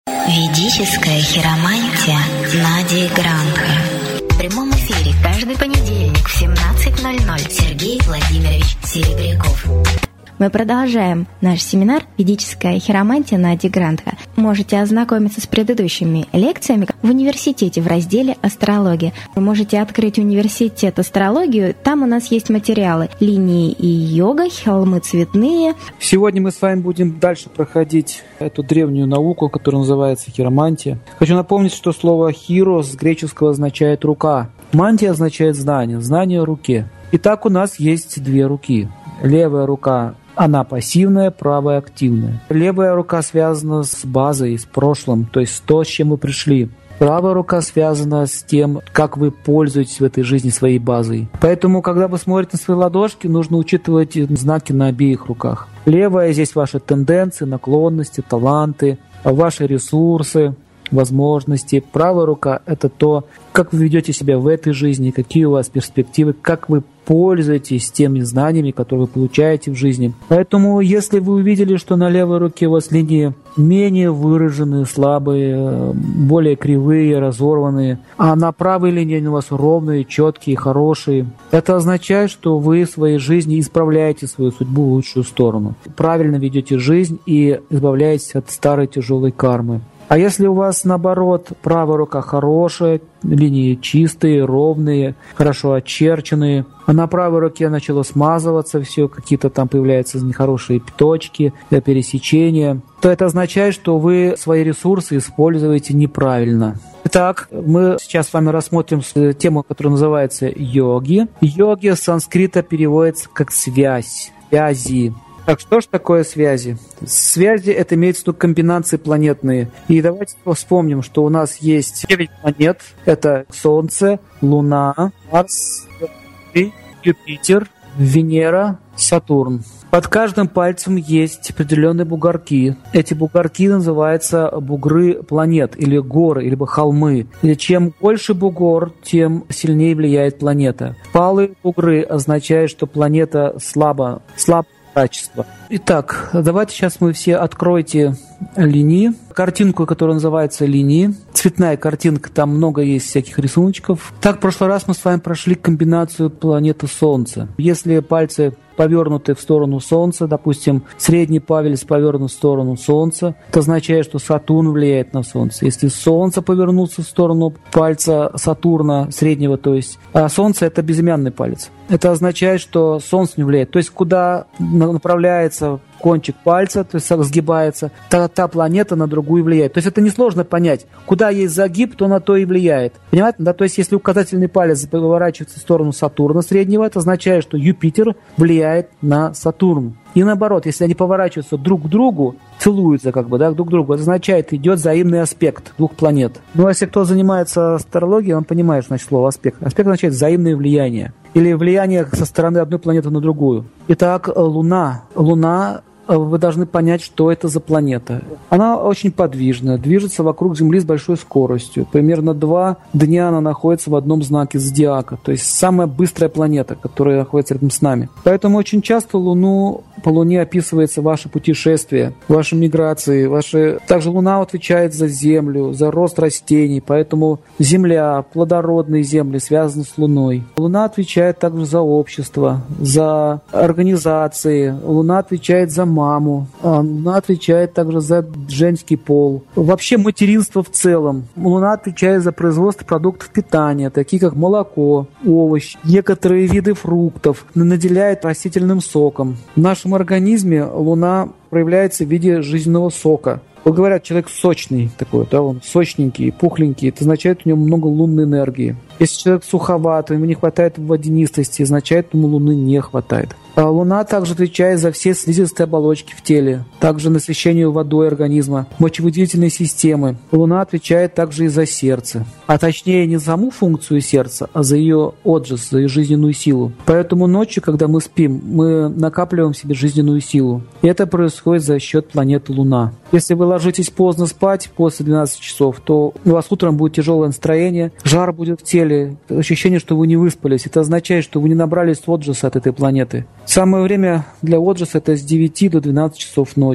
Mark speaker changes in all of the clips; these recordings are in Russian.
Speaker 1: Ведическая хиромантия Нади Грандха. В прямом эфире каждый понедельник в 17:00 Сергей Владимирович Серебряков.
Speaker 2: Мы продолжаем наш семинар «Ведическая хиромантия Нади Грандха». Можете ознакомиться с предыдущими лекциями в университете в разделе «Астрология». Вы можете открыть университет «Астрологию». Там у нас есть материалы «Линии и йога», «Холмы цветные».
Speaker 3: Сегодня мы с вами будем дальше проходить эту древнюю науку, которая называется хиромантия. Хочу напомнить, что слово «хиро» с греческого означает «рука». Мантия означает «знание», «знание о руке». Итак, у нас есть две руки. Левая рука – она пассивная, правая активная. Левая рука связана с базой, с прошлым, то есть то, с чем вы пришли. Правая рука связана с тем, как вы пользуетесь в этой жизни своей базой. Поэтому, когда вы смотрите на свои ладошки, нужно учитывать знаки на обеих руках. Левая здесь ваши тенденции, наклонности, таланты, ваши ресурсы, возможности. Правая рука – это то, как вы ведете себя в этой жизни, какие у вас перспективы, как вы пользуетесь теми знаниями, которые вы получаете в жизни. Поэтому, если вы увидели, что на левой руке у вас линии менее выраженные, слабые, более кривые, разорванные, а на правой линии они у вас ровные, четкие, хорошие, это означает, что вы в своей жизни исправляете свою судьбу в лучшую сторону. Правильно ведете жизнь и избавляетесь от старой тяжелой кармы. А если у вас, наоборот, правая рука хорошая, линии чистые, ровные, хорошо очерченные, а на правой руке начало смазываться все, какие-то там появляются нехорошие точки, пересечения, то это означает, что вы свои ресурсы используете неправильно. Итак, мы сейчас с вами рассмотрим тему, которая называется йоги. Йоги с санскрита переводится как связь, связи. Так что же такое связи? Связи — это имеется в виду комбинации планетные. И давайте вспомним, что у нас есть 9 планет. Это Солнце, Луна, Марс, Юпитер, Венера, Сатурн. Под каждым пальцем есть определенные бугорки. Эти бугорки называются бугры планет, или горы, либо холмы. И чем больше бугор, тем сильнее влияет планета. Палые бугры означают, что планета слабо качество. Итак, давайте сейчас мы все откройте линии. Картинку, которая называется «Линии». Цветная картинка, там много есть всяких рисуночков. Так, в прошлый раз мы с вами прошли комбинацию планеты Солнца. Если пальцы повернуты в сторону Солнца, допустим, средний палец повернут в сторону Солнца, это означает, что Сатурн влияет на Солнце. Если Солнце повернуться в сторону пальца Сатурна, среднего, то есть, а Солнце – это безымянный палец. Это означает, что Солнце не влияет. То есть, куда направляется кончик пальца, то есть сгибается, та планета на другую влияет. То есть это несложно понять. Куда есть загиб, то на то и влияет. Понимаете? Да? То есть если указательный палец поворачивается в сторону Сатурна среднего, это означает, что Юпитер влияет на Сатурн. И наоборот, если они поворачиваются друг к другу, целуются друг к другу, это означает, идет взаимный аспект двух планет. Ну, если кто занимается астрологией, он понимает, значит, слово аспект. Аспект означает взаимное влияние. Или влияние со стороны одной планеты на другую. Итак, Луна. Вы должны понять, что это за планета. Она очень подвижная, движется вокруг Земли с большой скоростью. Примерно 2 дня она находится в одном знаке зодиака. То есть самая быстрая планета, которая находится рядом с нами. Поэтому очень часто по Луне описывается ваше путешествие, ваши миграции. Также Луна отвечает за Землю, за рост растений. Поэтому Земля, плодородные земли связаны с Луной. Луна отвечает также за общество, за организации. Луна отвечает за маму. Луна отвечает также за женский пол. Вообще материнство в целом. Луна отвечает за производство продуктов питания, такие как молоко, овощи, некоторые виды фруктов, наделяет растительным соком. В нашем организме Луна проявляется в виде жизненного сока. Вот говорят, человек сочный такой, да, он сочненький, пухленький, это означает, у него много лунной энергии. Если человек суховатый, ему не хватает водянистости, означает, ему луны не хватает. А Луна также отвечает за все слизистые оболочки в теле, также насыщению водой организма, мочевыделительной системы. Луна отвечает также и за сердце, а точнее не за саму функцию сердца, а за ее отжиз, за ее жизненную силу. Поэтому ночью, когда мы спим, мы накапливаем в себе жизненную силу. И это происходит за счет планеты Луна. Если вы ложитесь поздно спать, после 12 часов, то у вас утром будет тяжелое настроение, жар будет в теле, ощущение, что вы не выспались. Это означает, что вы не набрались отжиса от этой планеты. Самое время для отжиса – это с 9 до 12 часов ночи.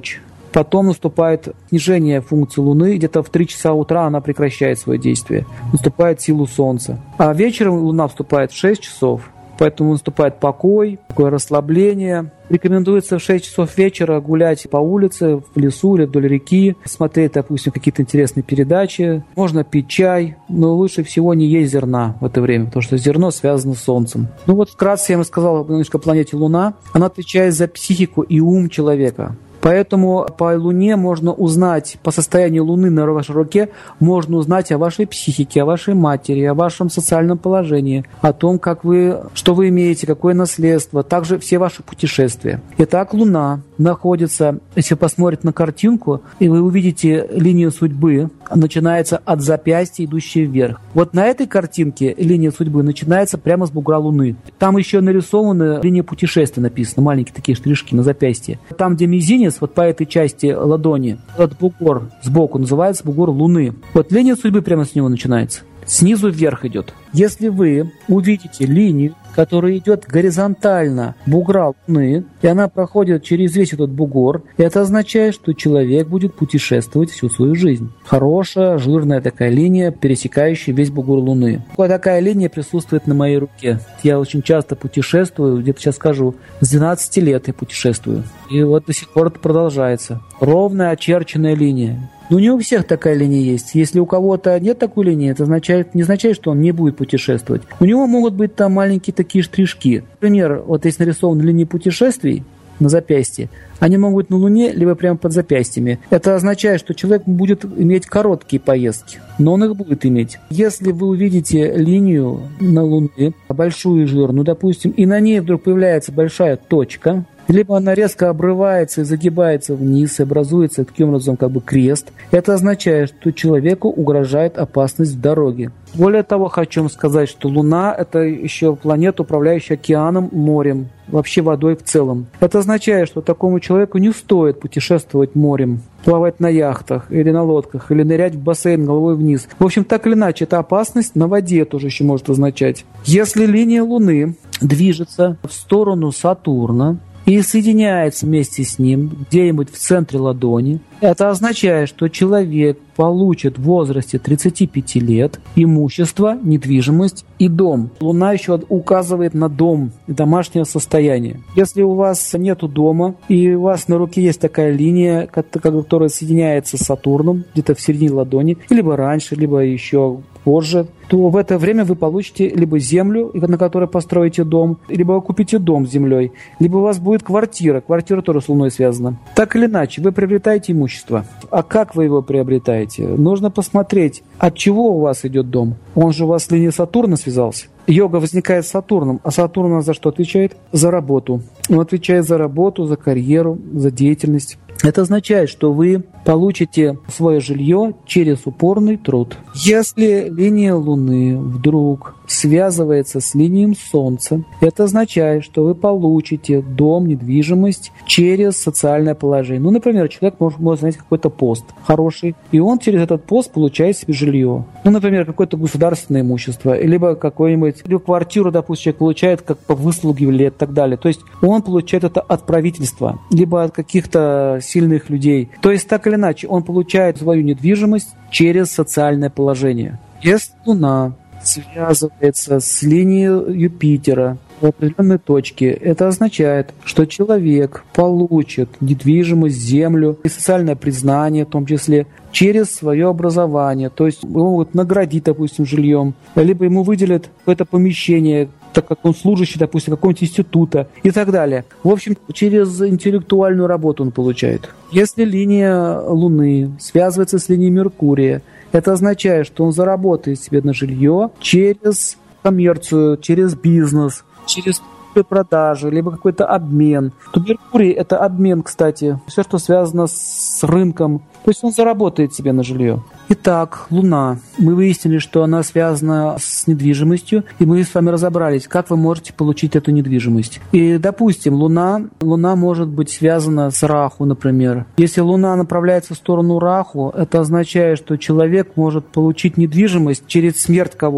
Speaker 3: Потом наступает снижение функции Луны, где-то в 3 часа утра она прекращает свое действие, наступает силу Солнца. А вечером Луна вступает в 6 часов, поэтому наступает покой, такое расслабление. Рекомендуется в 6 часов вечера гулять по улице, в лесу или вдоль реки, смотреть, допустим, какие-то интересные передачи. Можно пить чай, но лучше всего не есть зерна в это время, потому что зерно связано с Солнцем. Ну вот вкратце я вам сказал немножко о планете Луна. Она отвечает за психику и ум человека. Поэтому по Луне можно узнать, по состоянию Луны на вашей руке, можно узнать о вашей психике, о вашей матери, о вашем социальном положении, о том, что вы имеете, какое наследство, также все ваши путешествия. Итак, Луна находится, если посмотреть на картинку, и вы увидите линию судьбы, начинается от запястья, идущая вверх. Вот на этой картинке линия судьбы начинается прямо с бугра Луны. Там еще нарисована линия путешествия написано, маленькие такие штришки на запястье. Там, где мизинец, вот по этой части ладони, этот бугор сбоку называется бугор Луны. Вот линия судьбы прямо с него начинается. Снизу вверх идет. Если вы увидите линию, которая идет горизонтально бугра Луны, и она проходит через весь этот бугор, это означает, что человек будет путешествовать всю свою жизнь. Хорошая, жирная такая линия, пересекающая весь бугор Луны. Вот такая линия присутствует на моей руке. Я очень часто путешествую, где-то сейчас скажу, с 12 лет я путешествую. И вот до сих пор это продолжается. Ровная, очерченная линия. Но не у всех такая линия есть. Если у кого-то нет такой линии, это не означает, что он не будет путешествовать. У него могут быть там маленькие такие штришки. Например, вот если нарисованы линии путешествий на запястье, они могут быть на Луне, либо прямо под запястьями. Это означает, что человек будет иметь короткие поездки, но он их будет иметь. Если вы увидите линию на Луне, большую и жирную, допустим, и на ней вдруг появляется большая точка, либо она резко обрывается и загибается вниз, и образуется таким образом как бы крест. Это означает, что человеку угрожает опасность в дороге. Более того, хочу вам сказать, что Луна – это еще планета, управляющая океаном, морем, вообще водой в целом. Это означает, что такому человеку не стоит путешествовать морем, плавать на яхтах или на лодках, или нырять в бассейн головой вниз. В общем, так или иначе, эта опасность на воде тоже еще может означать. Если линия Луны движется в сторону Сатурна, и соединяется вместе с ним где-нибудь в центре ладони, это означает, что человек получит в возрасте 35 лет имущество, недвижимость и дом. Луна еще указывает на дом и домашнее состояние. Если у вас нету дома, и у вас на руке есть такая линия, которая соединяется с Сатурном, где-то в середине ладони, либо раньше, либо еще позже, то в это время вы получите либо землю, на которой построите дом, либо вы купите дом с землей, либо у вас будет квартира. Квартира тоже с Луной связана. Так или иначе, вы приобретаете имущество. А как вы его приобретаете? Нужно посмотреть, от чего у вас идет дом. Он же у вас с линией Сатурна связался. Йога возникает с Сатурном, а Сатурн у нас за что отвечает? За работу. Он отвечает за работу, за карьеру, за деятельность. Это означает, что вы получите свое жилье через упорный труд. Если линия Луны вдруг связывается с линией Солнца, это означает, что вы получите дом, недвижимость через социальное положение. Ну, например, человек может занять какой-то пост хороший, и он через этот пост получает себе жилье. Ну, например, какое-то государственное имущество, либо какую-нибудь квартиру, допустим, человек получает как по выслуге или так далее. То есть он получает это от правительства, либо от каких-то сильных людей. То есть так или иначе он получает свою недвижимость через социальное положение. Если Луна связывается с линией Юпитера в определенной точке, это означает, что человек получит недвижимость, землю и социальное признание, в том числе, через свое образование. То есть его могут наградить, допустим, жильем, либо ему выделят какое-то помещение, так как он служащий, допустим, какого-нибудь института и так далее. В общем, через интеллектуальную работу он получает. Если линия Луны связывается с линией Меркурия, это означает, что он заработает себе на жилье через коммерцию, через бизнес, через продажи, либо какой-то обмен. То Меркурий – это обмен, кстати. Все, что связано с рынком. То есть он заработает себе на жилье. Итак, Луна. Мы выяснили, что она связана с недвижимостью, и мы с вами разобрались, как вы можете получить эту недвижимость. И, допустим, Луна может быть связана с Раху, например. Если Луна направляется в сторону Раху, это означает, что человек может получить недвижимость через смерть кого-то.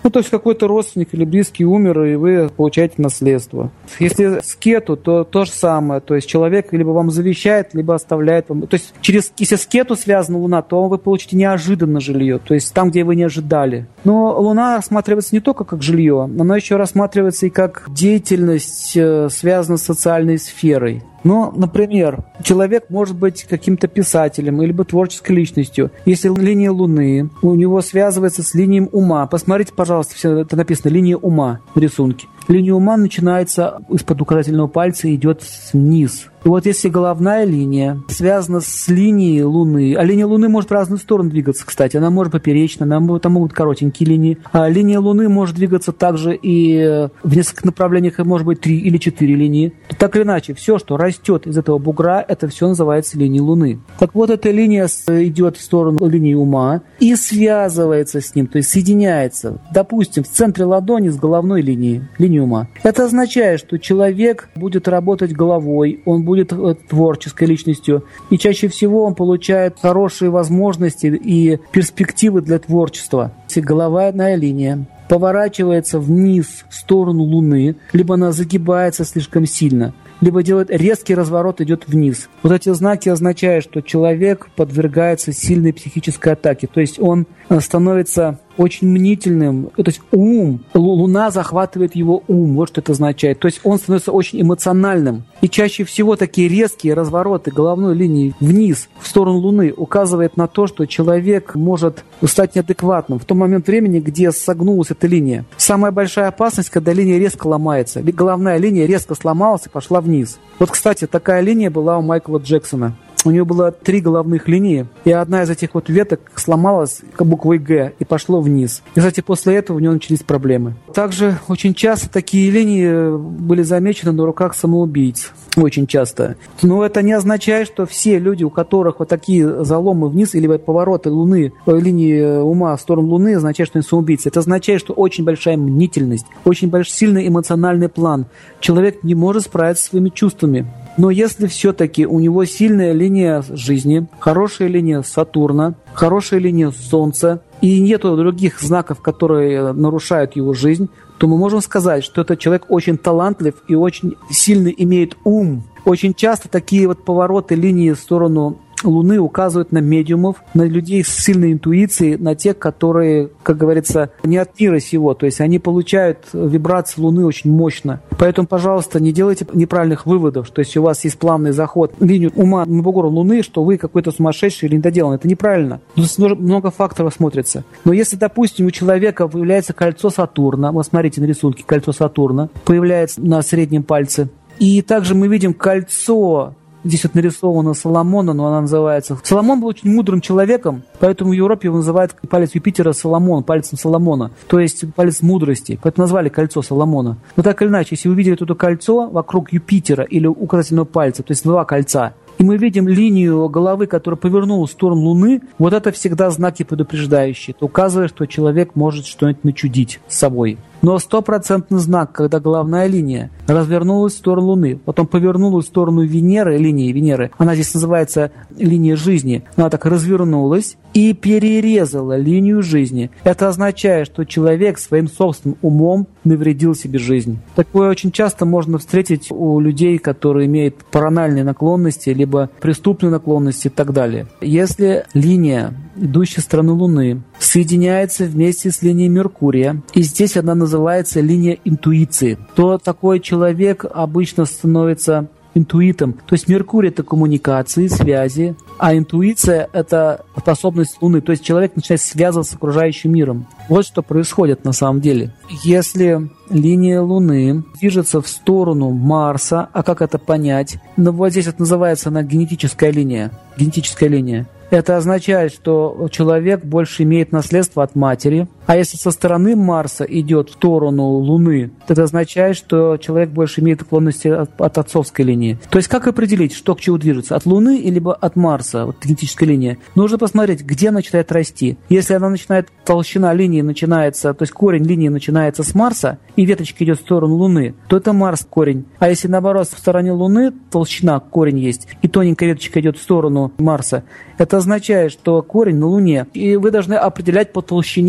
Speaker 3: Ну, то есть какой-то родственник или близкий умер, и вы получаете наследство. Если с кету, то то же самое. То есть человек либо вам завещает, либо оставляет вам. То есть если с кету связана Луна, то вы получите неожиданно жилье, то есть там, где вы не ожидали. Но Луна рассматривается не только как жилье, она еще рассматривается и как деятельность, связанная с социальной сферой. Ну, например, человек может быть каким-то писателем или творческой личностью. Если линия Луны у него связывается с линией ума, посмотрите, пожалуйста, все это написано, линия ума в рисунке. Линия ума начинается из-под указательного пальца и идет вниз. И вот если головная линия связана с линией Луны, а линия Луны может в разные стороны двигаться, кстати, она может поперечно, там могут коротенькие линии, а линия Луны может двигаться также и в нескольких направлениях, может быть 3 или 4 линии. Так или иначе, все, что растет из этого бугра, это все называется линией Луны. Так вот, эта линия идет в сторону линии ума и связывается с ним, то есть соединяется, допустим, в центре ладони с головной линией ума. Это означает, что человек будет работать головой, он будет творческой личностью, и чаще всего он получает хорошие возможности и перспективы для творчества. Если головная линия поворачивается вниз в сторону Луны, либо она загибается слишком сильно, либо делает резкий разворот, идет вниз. Вот эти знаки означают, что человек подвергается сильной психической атаке, то есть он становится очень мнительным, то есть Луна захватывает его ум, вот что это означает. То есть он становится очень эмоциональным. И чаще всего такие резкие развороты головной линии вниз, в сторону Луны, указывает на то, что человек может стать неадекватным в том момент времени, где согнулась эта линия. Самая большая опасность, когда линия резко ломается. Головная линия резко сломалась и пошла вниз. Вот, кстати, такая линия была у Майкла Джексона. У него было 3 головных линии, и одна из этих вот веток сломалась буквой «Г» и пошло вниз. И, кстати, после этого у него начались проблемы. Также очень часто такие линии были замечены на руках самоубийц. Очень часто. Но это не означает, что все люди, у которых вот такие заломы вниз или повороты Луны, линии ума в сторону Луны, означает, что они самоубийцы. Это означает, что очень большая мнительность, очень сильный эмоциональный план. Человек не может справиться со своими чувствами. Но если все-таки у него сильная линия жизни, хорошая линия Сатурна, хорошая линия Солнца, и нету других знаков, которые нарушают его жизнь, то мы можем сказать, что этот человек очень талантлив и очень сильно имеет ум. Очень часто такие вот повороты линии в сторону Луны указывают на медиумов, на людей с сильной интуицией, на тех, которые, как говорится, не от мира сего. То есть они получают вибрации Луны очень мощно. Поэтому, пожалуйста, не делайте неправильных выводов, что если у вас есть плавный заход в линию ума на бугор Луны, что вы какой-то сумасшедший или недоделанный. Это неправильно. Тут много факторов смотрится. Но если, допустим, у человека появляется кольцо Сатурна, вот смотрите на рисунке, кольцо Сатурна появляется на среднем пальце, и также мы видим кольцо. Здесь вот нарисовано Соломона, но она называется... Соломон был очень мудрым человеком, поэтому в Европе его называют палец Юпитера Соломон, пальцем Соломона, то есть палец мудрости, поэтому назвали кольцо Соломона. Но так или иначе, если вы видели это кольцо вокруг Юпитера или указательного пальца, то есть 2 кольца, и мы видим линию головы, которая повернулась в сторону Луны, вот это всегда знаки предупреждающие. Это указывает, что человек может что-нибудь начудить с собой. Но 100% знак, когда головная линия развернулась в сторону Луны, потом повернулась в сторону Венеры, линии Венеры, она здесь называется линия жизни, она так развернулась и перерезала линию жизни. Это означает, что человек своим собственным умом навредил себе жизнь. Такое очень часто можно встретить у людей, которые имеют паранормальные наклонности, либо преступные наклонности и так далее. Если линия, идущая с стороны Луны, соединяется вместе с линией Меркурия, и здесь она называется линия интуиции, то такой человек обычно становится интуитом. То есть Меркурий — это коммуникации, связи, а интуиция — это способность Луны. То есть человек начинает связываться с окружающим миром. Вот что происходит на самом деле. Если линия Луны движется в сторону Марса, а как это понять? Ну вот здесь вот называется она генетическая линия. Генетическая линия. Это означает, что человек больше имеет наследство от матери. А если со стороны Марса идет в сторону Луны, это означает, что человек больше имеет наклонности от отцовской линии. То есть как определить, что к чему движется? От Луны или от Марса, вот генетическая линия? Нужно посмотреть, где она начинает расти. Если она начинает, толщина линии начинается, то есть корень линии начинается с Марса, и веточка идет в сторону Луны, то это Марс корень. А если наоборот, в стороне Луны толщина корень есть, и тоненькая веточка идет в сторону Марса, это означает, что корень на Луне. И вы должны определять по толщине.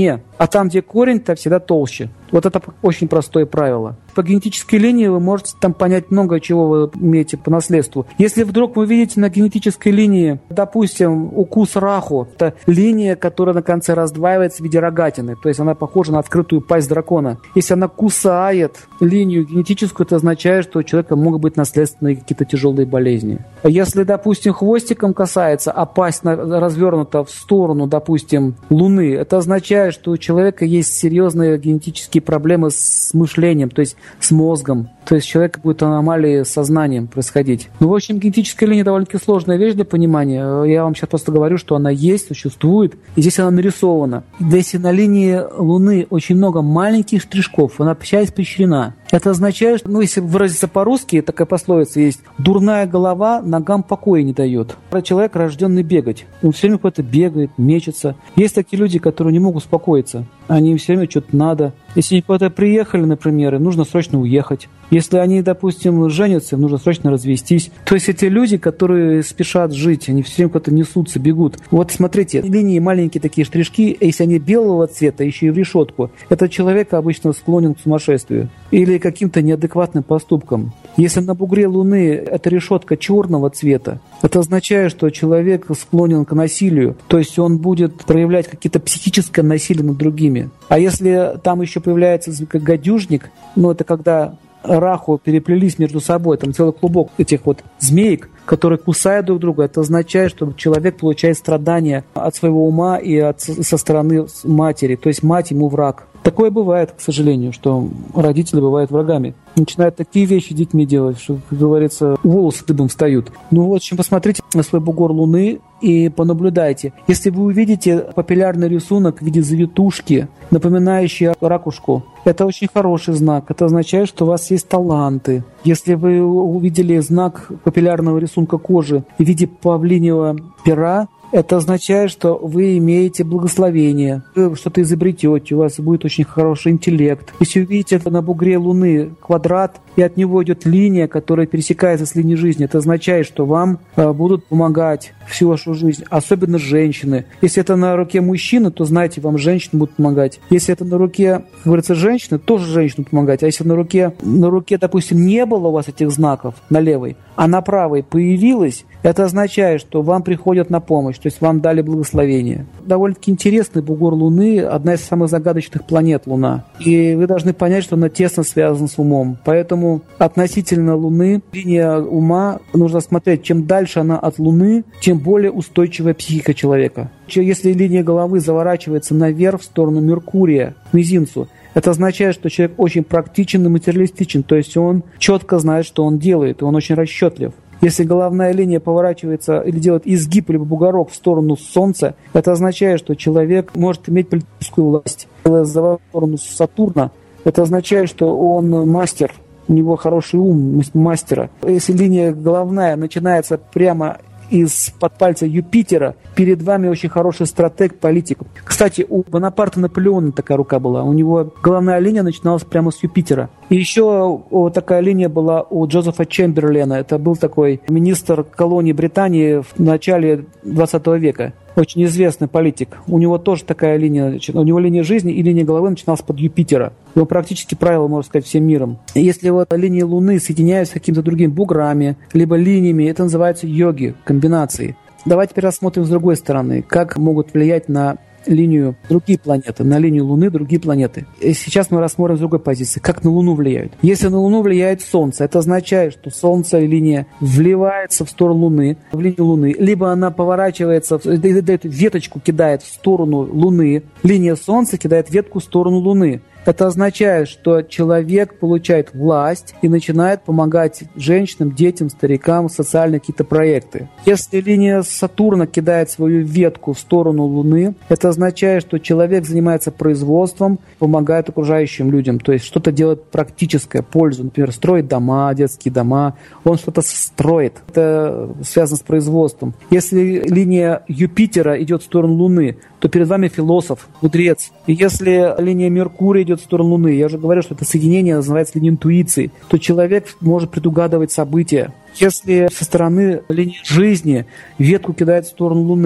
Speaker 3: А там, где корень, то всегда толще. Вот это очень простое правило. По генетической линии вы можете там понять много чего вы имеете по наследству. Если вдруг вы видите на генетической линии, допустим, укус раху, это линия, которая на конце раздваивается в виде рогатины, то есть она похожа на открытую пасть дракона. Если она кусает линию генетическую, это означает, что у человека могут быть наследственные какие-то тяжелые болезни. Если, допустим, хвостиком касается, а пасть развернута в сторону, допустим, Луны, это означает, что у человека есть серьезные генетические проблемы с мышлением, то есть с мозгом. То есть у человека будет аномалии с сознанием происходить. Ну, в общем, генетическая линия довольно-таки сложная вещь для понимания. Я вам сейчас просто говорю, что она есть, существует, и здесь она нарисована. Если на линии Луны очень много маленьких штришков, она вся испещрена. Это означает, что, если выразиться по-русски, такая пословица есть: «Дурная голова ногам покоя не дает». Человек, рожденный бегать. Он все время куда-то бегает, мечется. Есть такие люди, которые не могут успокоиться. Они все время что-то надо. Если они куда-то приехали, например, им нужно срочно уехать. Если они, допустим, женятся, им нужно срочно развестись. То есть эти люди, которые спешат жить, они все время куда-то несутся, бегут. Вот смотрите, линии маленькие такие штришки, если они белого цвета, еще и в решетку, этот человек обычно склонен к сумасшествию или каким-то неадекватным поступкам. Если на бугре Луны эта решетка черного цвета, это означает, что человек склонен к насилию, то есть он будет проявлять какие-то психическое насилие над другими. А если там еще появляется гадюшник, это когда раху переплелись между собой, там целый клубок этих вот змеек, которые кусают друг друга, это означает, что человек получает страдания от своего ума и со стороны матери, то есть мать ему враг. Такое бывает, к сожалению, что родители бывают врагами. Начинают такие вещи с детьми делать, что, как говорится, волосы дыбом встают. В общем, посмотрите на свой бугор Луны и понаблюдайте. Если вы увидите папиллярный рисунок в виде завитушки, напоминающий ракушку, это очень хороший знак. Это означает, что у вас есть таланты. Если вы увидели знак папиллярного рисунка кожи в виде павлиньего пера, это означает, что вы имеете благословение, вы что-то изобретете, у вас будет очень хороший интеллект. Если увидите на бугре Луны квадрат, и от него идет линия, которая пересекается с линией жизни, это означает, что вам будут помогать всю вашу жизнь, особенно женщины. Если это на руке мужчины, то, знаете, вам женщины будут помогать. Если это на руке, как говорится, женщины, тоже женщины помогать. А если на руке, допустим, не было у вас этих знаков на левой, а на правой появилось, это означает, что вам приходят на помощь, то есть вам дали благословение. Довольно-таки интересный бугор Луны, одна из самых загадочных планет Луна. И вы должны понять, что она тесно связана с умом. Поэтому относительно Луны, линия ума, нужно смотреть, чем дальше она от Луны, тем более устойчивая психика человека. Если линия головы заворачивается наверх, в сторону Меркурия, к мизинцу, это означает, что человек очень практичен и материалистичен, то есть он четко знает, что он делает, и он очень расчетлив. Если головная линия поворачивается или делает изгиб либо бугорок в сторону Солнца, это означает, что человек может иметь политическую власть. В сторону Сатурна, это означает, что он мастер, у него хороший ум мастера. Если линия головная начинается прямо из-под пальца Юпитера, перед вами очень хороший стратег, политик. Кстати, у Бонапарта Наполеона такая рука была. У него головная линия начиналась прямо с Юпитера. И еще такая линия была у Джозефа Чемберлена. Это был такой министр колонии Британии в начале 20 века. Очень известный политик. У него тоже такая линия, у него линия жизни и линия головы начиналась под Юпитера. Его практически правило, можно сказать, всем миром. И если линии Луны соединяются с какими-то другими буграми, либо линиями, это называется йоги, комбинации. Давайте теперь рассмотрим с другой стороны, как могут влиять на линию другие планеты, на линию Луны другие планеты. И сейчас мы рассмотрим с другой позиции, как на Луну влияют. Если на Луну влияет Солнце, это означает, что Солнце линия вливается в сторону Луны, в линию Луны, либо она поворачивается, веточку кидает в сторону Луны, линия Солнца кидает ветку в сторону Луны. Это означает, что человек получает власть и начинает помогать женщинам, детям, старикам, социальные какие-то проекты. Если линия Сатурна кидает свою ветку в сторону Луны, это означает, что человек занимается производством, помогает окружающим людям, то есть что-то делает практическое, пользу, например, строит дома, детские дома, он что-то строит, это связано с производством. Если линия Юпитера идет в сторону Луны, то перед вами философ, мудрец. И если линия Меркурия идет в сторону Луны, я уже говорил, что это соединение называется линией интуиции, то человек может предугадывать события. Если со стороны линии жизни ветку кидает в сторону Луны,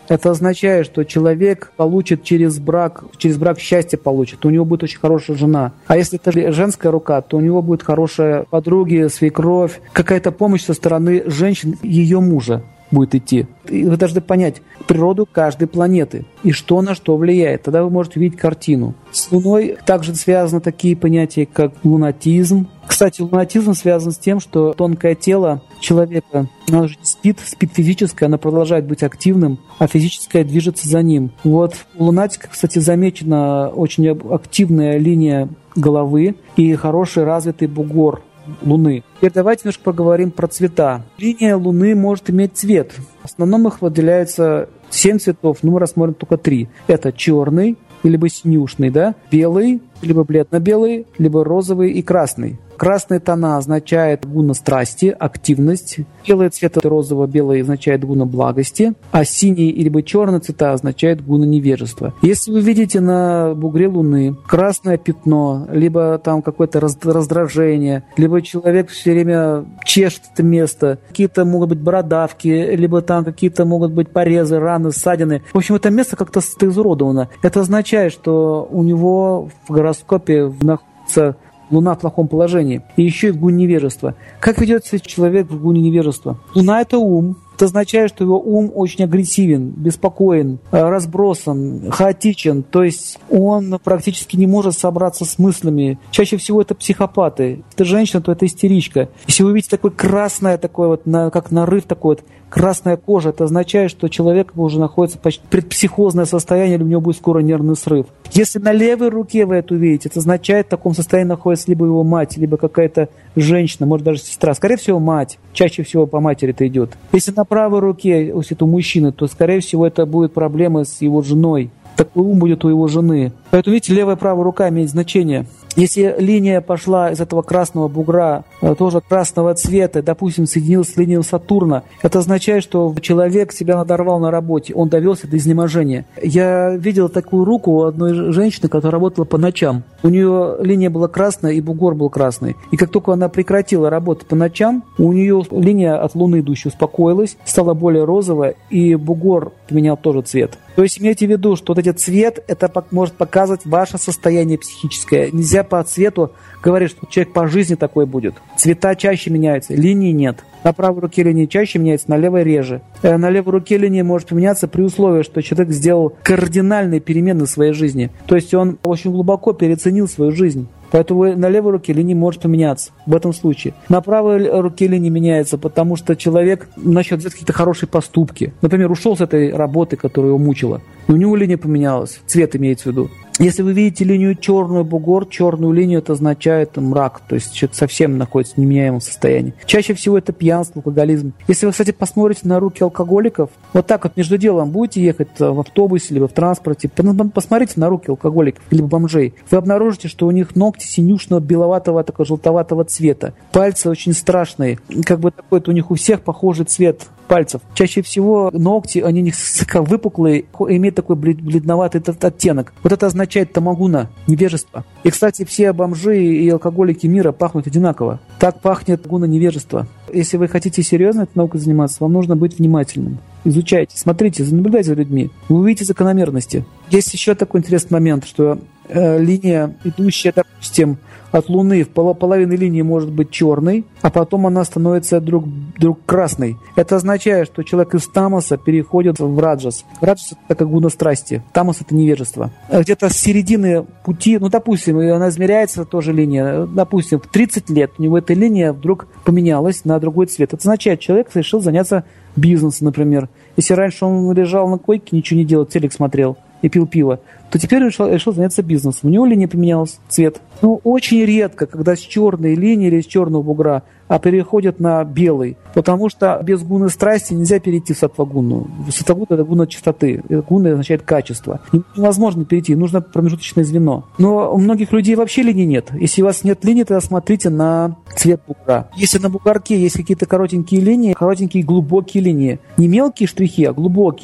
Speaker 3: Это означает, что человек получит через брак счастье получит, у него будет очень хорошая жена. А если это женская рука, то у него будет хорошая подруги, свекровь, какая-то помощь со стороны женщин, ее мужа будет идти. И вы должны понять природу каждой планеты и что на что влияет. Тогда вы можете увидеть картину. С Луной также связаны такие понятия, как лунатизм. Кстати, лунатизм связан с тем, что тонкое тело человека, оно же спит физическое, оно продолжает быть активным, а физическое движется за ним. Вот у лунатика, кстати, замечена очень активная линия головы и хороший развитый бугор Луны. Теперь давайте немножко поговорим про цвета. Линия Луны может иметь цвет. В основном их выделяется 7 цветов, но мы рассмотрим только 3. Это черный, либо синюшный, да? Белый, либо бледно-белый, либо розовый и красный. Красные тона означают гуна страсти, активность. Белый цвет розово-белый означает гуна благости, а синий либо черный цвета означает гуна невежества. Если вы видите на бугре Луны красное пятно, либо там какое-то раздражение, либо человек все время чешет это место, какие-то могут быть бородавки, либо там какие-то могут быть порезы, раны, ссадины. В общем, это место как-то изуродовано. Это означает, что у него в гороскопе находится Луна в плохом положении. И еще и в гуне невежества. Как ведет себя человек в гуне невежества? Луна – это ум. Это означает, что его ум очень агрессивен, беспокоен, разбросан, хаотичен. То есть он практически не может собраться с мыслями. Чаще всего это психопаты. Если это женщина, то это истеричка. Если вы видите такое красное, такое вот, как нарыв такой вот, красная кожа, это означает, что человек уже находится почти предпсихозное состояние, или у него будет скоро нервный срыв. Если на левой руке вы это увидите, это означает, в таком состоянии находится либо его мать, либо какая-то женщина, может даже сестра. Скорее всего, мать. Чаще всего по матери это идет. Если на правой руке, если это у мужчины, то, скорее всего, это будет проблемы с его женой. Такой ум будет у его жены. Поэтому, видите, левая и правая рука имеет значение. Если линия пошла из этого красного бугра, тоже красного цвета, допустим, соединилась с линией Сатурна, это означает, что человек себя надорвал на работе, он довелся до изнеможения. Я видел такую руку у одной женщины, которая работала по ночам. У нее линия была красная и бугор был красный. И как только она прекратила работать по ночам, у нее линия от Луны идущая успокоилась, стала более розовая, и бугор поменял тоже цвет. То есть имейте в виду, что вот этот цвет, это может показывать ваше состояние психическое. Нельзя по цвету говорить, что человек по жизни такой будет. Цвета чаще меняются, линии нет. На правой руке линии чаще меняется, на левой реже. На левой руке линия может поменяться при условии, что человек сделал кардинальные перемены в своей жизни. То есть он очень глубоко переоценил свою жизнь. Поэтому на левой руке линия может поменяться в этом случае. На правой руке линия меняется, потому что человек начал делать какие-то хорошие поступки. Например, ушел с этой работы, которая его мучила. И у него линия поменялась, цвет имеется в виду. Если вы видите линию черную, бугор, черную линию, это означает мрак, то есть человек совсем находится в неменяемом состоянии. Чаще всего это пьянство, алкоголизм. Если вы, кстати, посмотрите на руки алкоголиков, вот так вот между делом будете ехать в автобусе либо в транспорте, посмотрите на руки алкоголиков либо бомжей, вы обнаружите, что у них ногти синюшного, беловатого, такого желтоватого цвета. Пальцы очень страшные, как бы такой у них у всех похожий цвет пальцев. Чаще всего ногти, они у них выпуклые, имеют такой бледноватый оттенок. Вот это означает тамагуна, невежество. И, кстати, все бомжи и алкоголики мира пахнут одинаково. Так пахнет гуна невежества. Если вы хотите серьезно этой наукой заниматься, вам нужно быть внимательным. Изучайте, смотрите, наблюдайте за людьми. Вы увидите закономерности. Есть еще такой интересный момент, что линия, идущая, допустим, от Луны в половине линии может быть черной, а потом она становится вдруг красной. Это означает, что человек из тамаса переходит в раджас. Раджас – это как гуна страсти, тамас – это невежество. Где-то с середины пути, допустим, она измеряется тоже линия, допустим, в 30 лет у него эта линия вдруг поменялась на другой цвет. Это означает, человек решил заняться бизнесом, например. Если раньше он лежал на койке, ничего не делал, телек смотрел и пил пиво, то теперь решил заняться бизнесом. У него линия поменялась, цвет. Очень редко, когда с черной линии или с черного бугра, переходят на белый. Потому что без гуны страсти нельзя перейти в саттва-гуну. Саттва-гуна – это гуна чистоты. Гуна означает качество. Невозможно перейти, нужно промежуточное звено. Но у многих людей вообще линии нет. Если у вас нет линии, тогда смотрите на цвет бугра. Если на бугорке есть какие-то коротенькие линии, коротенькие глубокие линии, не мелкие штрихи, а глубокие,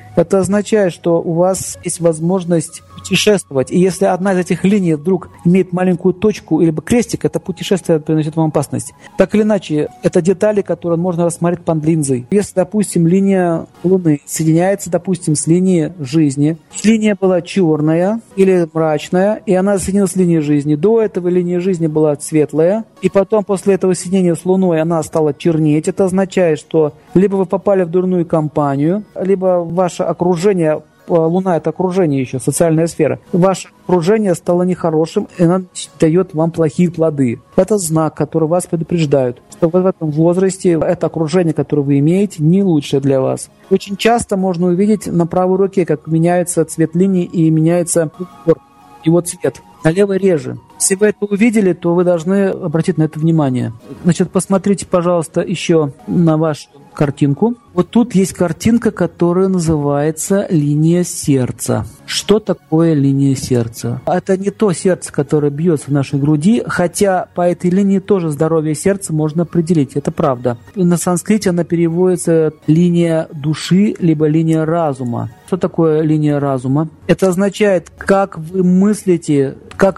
Speaker 3: Это означает, что у вас есть возможность путешествовать. И если одна из этих линий вдруг имеет маленькую точку или крестик, это путешествие приносит вам опасность. Так или иначе, это детали, которые можно рассмотреть под линзой. Если, допустим, линия Луны соединяется, допустим, с линией жизни, линия была черная или мрачная, и она соединилась с линией жизни. До этого линия жизни была светлая, и потом после этого соединения с Луной она стала чернеть. Это означает, что либо вы попали в дурную компанию, либо ваше окружение, Луна — это окружение еще, социальная сфера, ваше окружение стало нехорошим, и оно дает вам плохие плоды. Это знак, который вас предупреждает, что вы в этом возрасте, это окружение, которое вы имеете, не лучшее для вас. Очень часто можно увидеть на правой руке, как меняется цвет линии и меняется его цвет. На левой реже. Если вы это увидели, то вы должны обратить на это внимание. Значит, посмотрите, пожалуйста, еще на вашу картинку. Вот тут есть картинка, которая называется линия сердца. Что такое линия сердца? Это не то сердце, которое бьется в нашей груди, хотя по этой линии тоже здоровье сердца можно определить. Это правда. На санскрите она переводится линия души, либо линия разума. Что такое линия разума? Это означает, как вы мыслите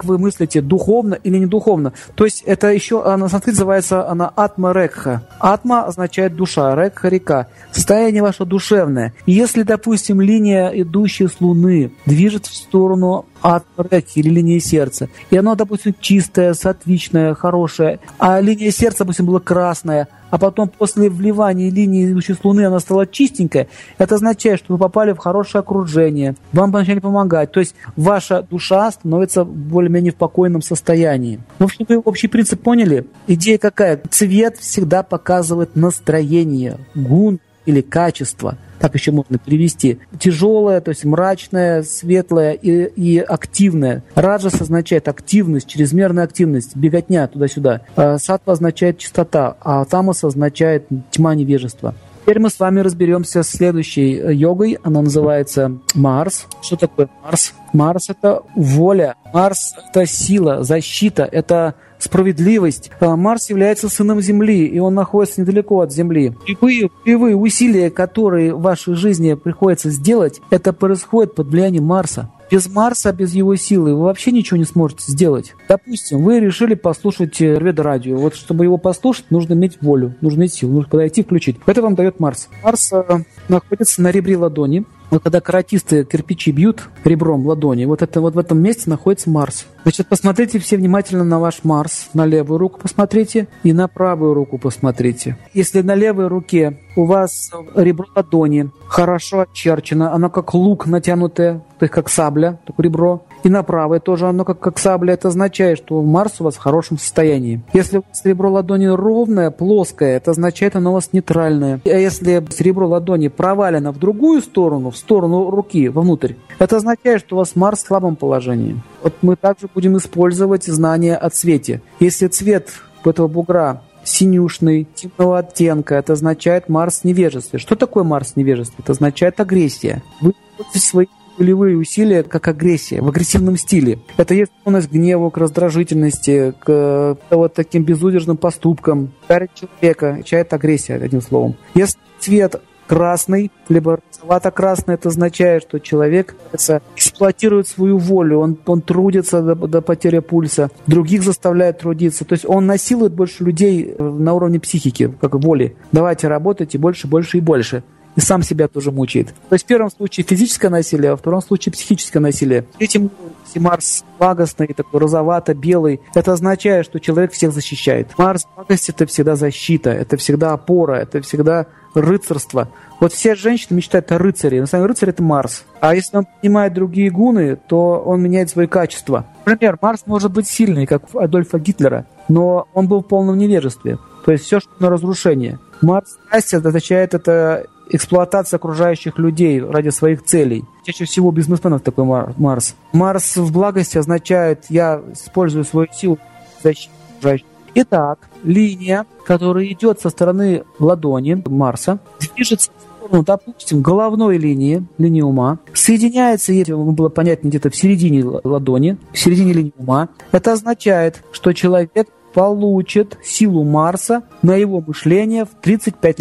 Speaker 3: духовно или не духовно. То есть это еще, на санскрите называется она атма-рекха. Атма означает душа, рекха — река. Состояние ваше душевное. И если, допустим, линия, идущая с Луны, движется в сторону атма-рекхи или линии сердца, и оно, допустим, чистое, сатвичное, хорошее, а линия сердца, допустим, была красная, а потом после вливания линии, идущей с Луны, она стала чистенькая, это означает, что вы попали в хорошее окружение, вам начали помогать, то есть ваша душа становится более-менее в покойном состоянии. В общем, вы общий принцип поняли? Идея какая? Цвет всегда показывает настроение, гун или качество. Так еще можно перевести. Тяжелое, то есть мрачное, светлое и активное. Раджас означает активность, чрезмерная активность, беготня туда-сюда. Саттва означает чистота, а тамас означает тьма, невежества. Теперь мы с вами разберемся с следующей йогой. Она называется Марс. Что такое Марс? Марс — это воля. Марс — это сила, защита, это справедливость. Марс является сыном Земли, и он находится недалеко от Земли. Любые усилия, которые в вашей жизни приходится сделать, это происходит под влиянием Марса. Без Марса, без его силы вы вообще ничего не сможете сделать. Допустим, вы решили послушать Веда-радио. Вот чтобы его послушать, нужно иметь волю, нужно иметь силу, нужно подойти и включить. Это вам дает Марс. Марс находится на ребре ладони. Вот когда каратисты кирпичи бьют ребром ладони, вот в этом месте находится Марс. Значит, посмотрите все внимательно на ваш Марс. На левую руку посмотрите и на правую руку посмотрите. Если на левой руке у вас ребро ладони хорошо очерчено, оно как лук натянутое, то есть как сабля, такое ребро, и на правой тоже оно как сабля, это означает, что Марс у вас в хорошем состоянии. Если у вас ребро ладони ровное, плоское, это означает, оно у вас нейтральное. А если ребро ладони провалено в другую сторону, в сторону руки, вовнутрь, это означает, что у вас Марс в слабом положении. Вот мы также будем использовать знания о цвете. Если цвет этого бугра синюшный, темного оттенка, это означает Марс в невежестве. Что такое Марс в невежестве? Это означает агрессия. Вы используете свои волевые усилия как агрессия, в агрессивном стиле. Это есть склонность к гневу, к раздражительности, к вот таким безудержным поступкам. Старить человека означает агрессия, одним словом. Если цвет красный, либо розовато-красный, это означает, что человек эксплуатирует свою волю, он трудится до потери пульса, других заставляет трудиться. То есть он насилует больше людей на уровне психики, как воли. Давайте работайте больше, больше и больше. И сам себя тоже мучает. То есть в первом случае физическое насилие, а во втором случае психическое насилие. Этим Марс благостный, такой розовато-белый, это означает, что человек всех защищает. Марс благость — это всегда защита, это всегда опора, это всегда рыцарство. Вот все женщины мечтают о рыцаре. На самом деле рыцарь — это Марс. А если он понимает другие гуны, то он меняет свои качества. Например, Марс может быть сильный, как у Адольфа Гитлера, но он был в полном невежестве. То есть все, что на разрушение. Марс страсть означает это эксплуатация окружающих людей ради своих целей. Чаще всего у бизнесменов такой Марс. Марс в благости означает, я использую свою силу в защите окружающих. Итак, линия, которая идет со стороны ладони Марса, движется в сторону, допустим, головной линии ума, соединяется, если было понятнее, где-то в середине ладони, в середине линии ума. Это означает, что человек получит силу Марса на его мышление в 35 лет.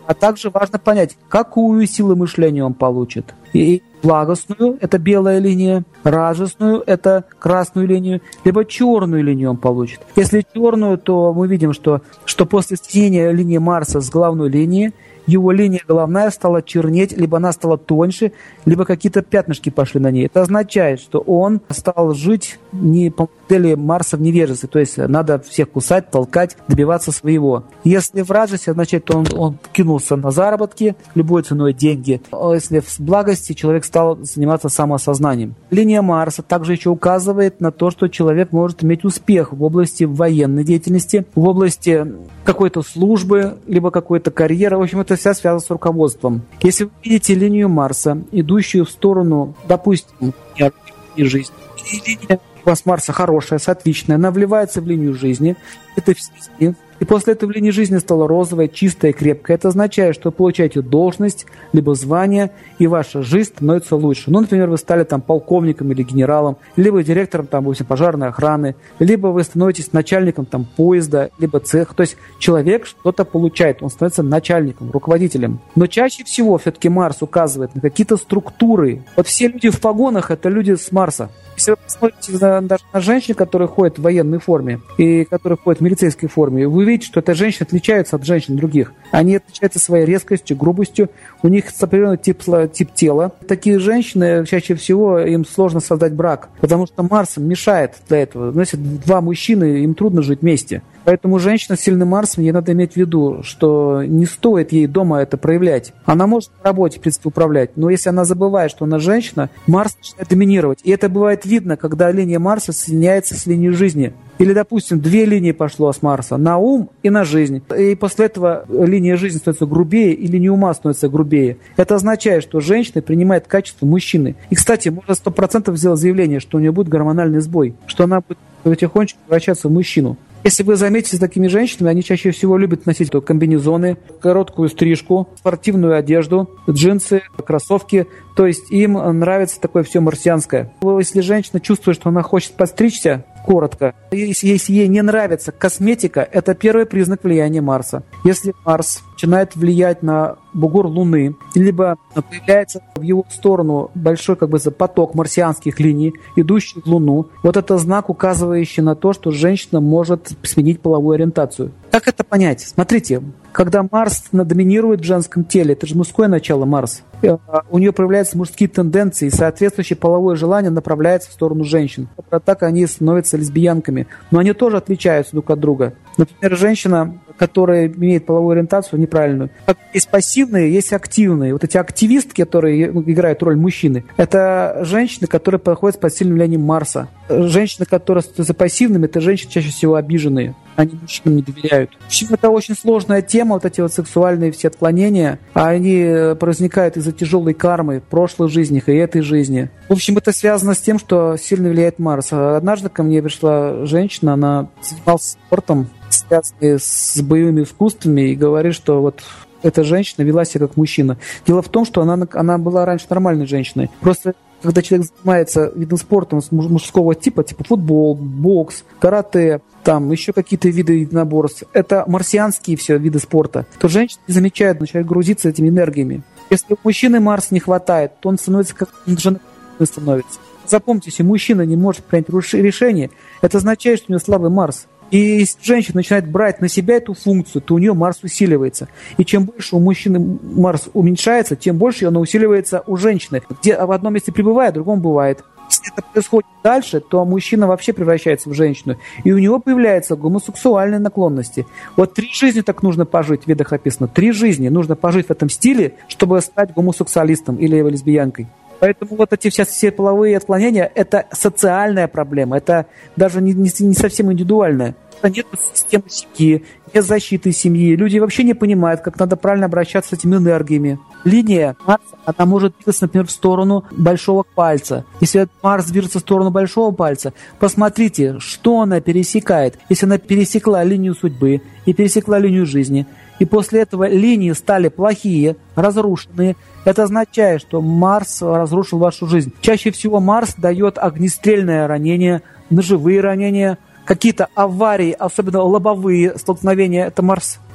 Speaker 3: А также важно понять, какую силу мышления он получит. И благостную – это белая линия, радостную – это красную линию, либо черную линию он получит. Если черную, то мы видим, что после соединения линии Марса с головной линией, его линия головная стала чернеть, либо она стала тоньше, либо какие-то пятнышки пошли на ней. Это означает, что он стал жить не по модели Марса в невежестве, то есть надо всех кусать, толкать, добиваться своего. Если в радости, означает, что он кинулся на заработки, любой ценой деньги. А если в благости, человек стал заниматься самоосознанием. Линия Марса также еще указывает на то, что человек может иметь успех в области военной деятельности, в области какой-то службы, либо какой-то карьеры. В общем, это вся связано с руководством. Если вы видите линию Марса, идущую в сторону, допустим, жизни, и линия у вас Марса хорошая, отличная, она вливается в линию жизни, это в жизни. И после этого линия жизни стала розовая, чистая, крепкая. Это означает, что вы получаете должность, либо звание, и ваша жизнь становится лучше. Ну, например, вы стали там полковником или генералом, либо директором там, допустим, пожарной охраны, либо вы становитесь начальником там поезда, либо цеха. То есть человек что-то получает, он становится начальником, руководителем. Но чаще всего все-таки Марс указывает на какие-то структуры. Вот все люди в погонах – это люди с Марса. Если вы посмотрите даже на женщин, которые ходят в военной форме и которые ходят в милицейской форме, вы видите, что эта женщина отличается от женщин других. Они отличаются своей резкостью, грубостью, у них определенный тип тела. Такие женщины, чаще всего, им сложно создать брак, потому что Марс мешает для этого. Знаете, два мужчины, им трудно жить вместе. Поэтому женщина с сильным Марсом, ей надо иметь в виду, что не стоит ей дома это проявлять. Она может на работе, в принципе, управлять, но если она забывает, что она женщина, Марс начинает доминировать. И это бывает видно, когда линия Марса соединяется с линией жизни. Или, допустим, две линии пошло с Марса, на ум и на жизнь. И после этого линия жизни становится грубее, и линия ума становится грубее. Это означает, что женщина принимает качество мужчины. И, кстати, можно 100% сделать заявление, что у нее будет гормональный сбой, что она будет потихонечку превращаться в мужчину. Если вы заметите с такими женщинами, они чаще всего любят носить комбинезоны, короткую стрижку, спортивную одежду, джинсы, кроссовки. То есть им нравится такое все марсианское. Если женщина чувствует, что она хочет подстричься, коротко, если ей не нравится косметика, это первый признак влияния Марса. Если Марс начинает влиять на бугор Луны, либо появляется в его сторону большой поток марсианских линий, идущих в Луну, вот это знак, указывающий на то, что женщина может сменить половую ориентацию. Как это понять? Смотрите, когда Марс доминирует в женском теле, это же мужское начало Марс, у нее проявляются мужские тенденции, и соответствующее половое желание направляется в сторону женщин. Так они становятся лесбиянками. Но они тоже отличаются друг от друга. Например, женщина, которая имеет половую ориентацию неправильную. Есть пассивные, есть активные. Вот эти активистки, которые играют роль мужчины, это женщины, которые проходят под сильным влиянием Марса. Женщины, которые становятся пассивными, это женщины чаще всего обиженные. Они мужчинам не доверяют. В общем, это очень сложная тема, вот эти вот сексуальные все отклонения, они возникают из-за тяжелой кармы в прошлых жизнях и этой жизни. В общем, это связано с тем, что сильно влияет Марс. Однажды ко мне пришла женщина, она занималась спортом, связанный с боевыми искусствами, и говорит, что вот эта женщина вела себя как мужчина. Дело в том, что она была раньше нормальной женщиной. Просто когда человек занимается видом спорта мужского типа футбол, бокс, карате, там еще какие-то виды единоборств, это марсианские все виды спорта, то женщина не замечает, начинает грузиться этими энергиями. Если у мужчины Марса не хватает, то он становится как жена становится. Запомните, если мужчина не может принять решение, это означает, что у него слабый Марс. И если женщина начинает брать на себя эту функцию, то у нее Марс усиливается. И чем больше у мужчины Марс уменьшается, тем больше она усиливается у женщины. Где в одном месте пребывает, в другом бывает. Если это происходит дальше, то мужчина вообще превращается в женщину. И у него появляются гомосексуальные наклонности. Вот 3 жизни так нужно пожить, в ведах описано. 3 жизни нужно пожить в этом стиле, чтобы стать гомосексуалистом или лесбиянкой. Поэтому вот эти все половые отклонения – это социальная проблема, это даже не совсем индивидуальная. Нет системы семьи, нет защиты семьи. Люди вообще не понимают, как надо правильно обращаться с этими энергиями. Линия Марса, она может двигаться, например, в сторону большого пальца. Если Марс движется в сторону большого пальца, посмотрите, что она пересекает. Если она пересекла линию судьбы и пересекла линию жизни, и после этого линии стали плохие, разрушенные, это означает, что Марс разрушил вашу жизнь. Чаще всего Марс дает огнестрельное ранение, ножевые ранения, какие-то аварии, особенно лобовые столкновения, это Марс. Когда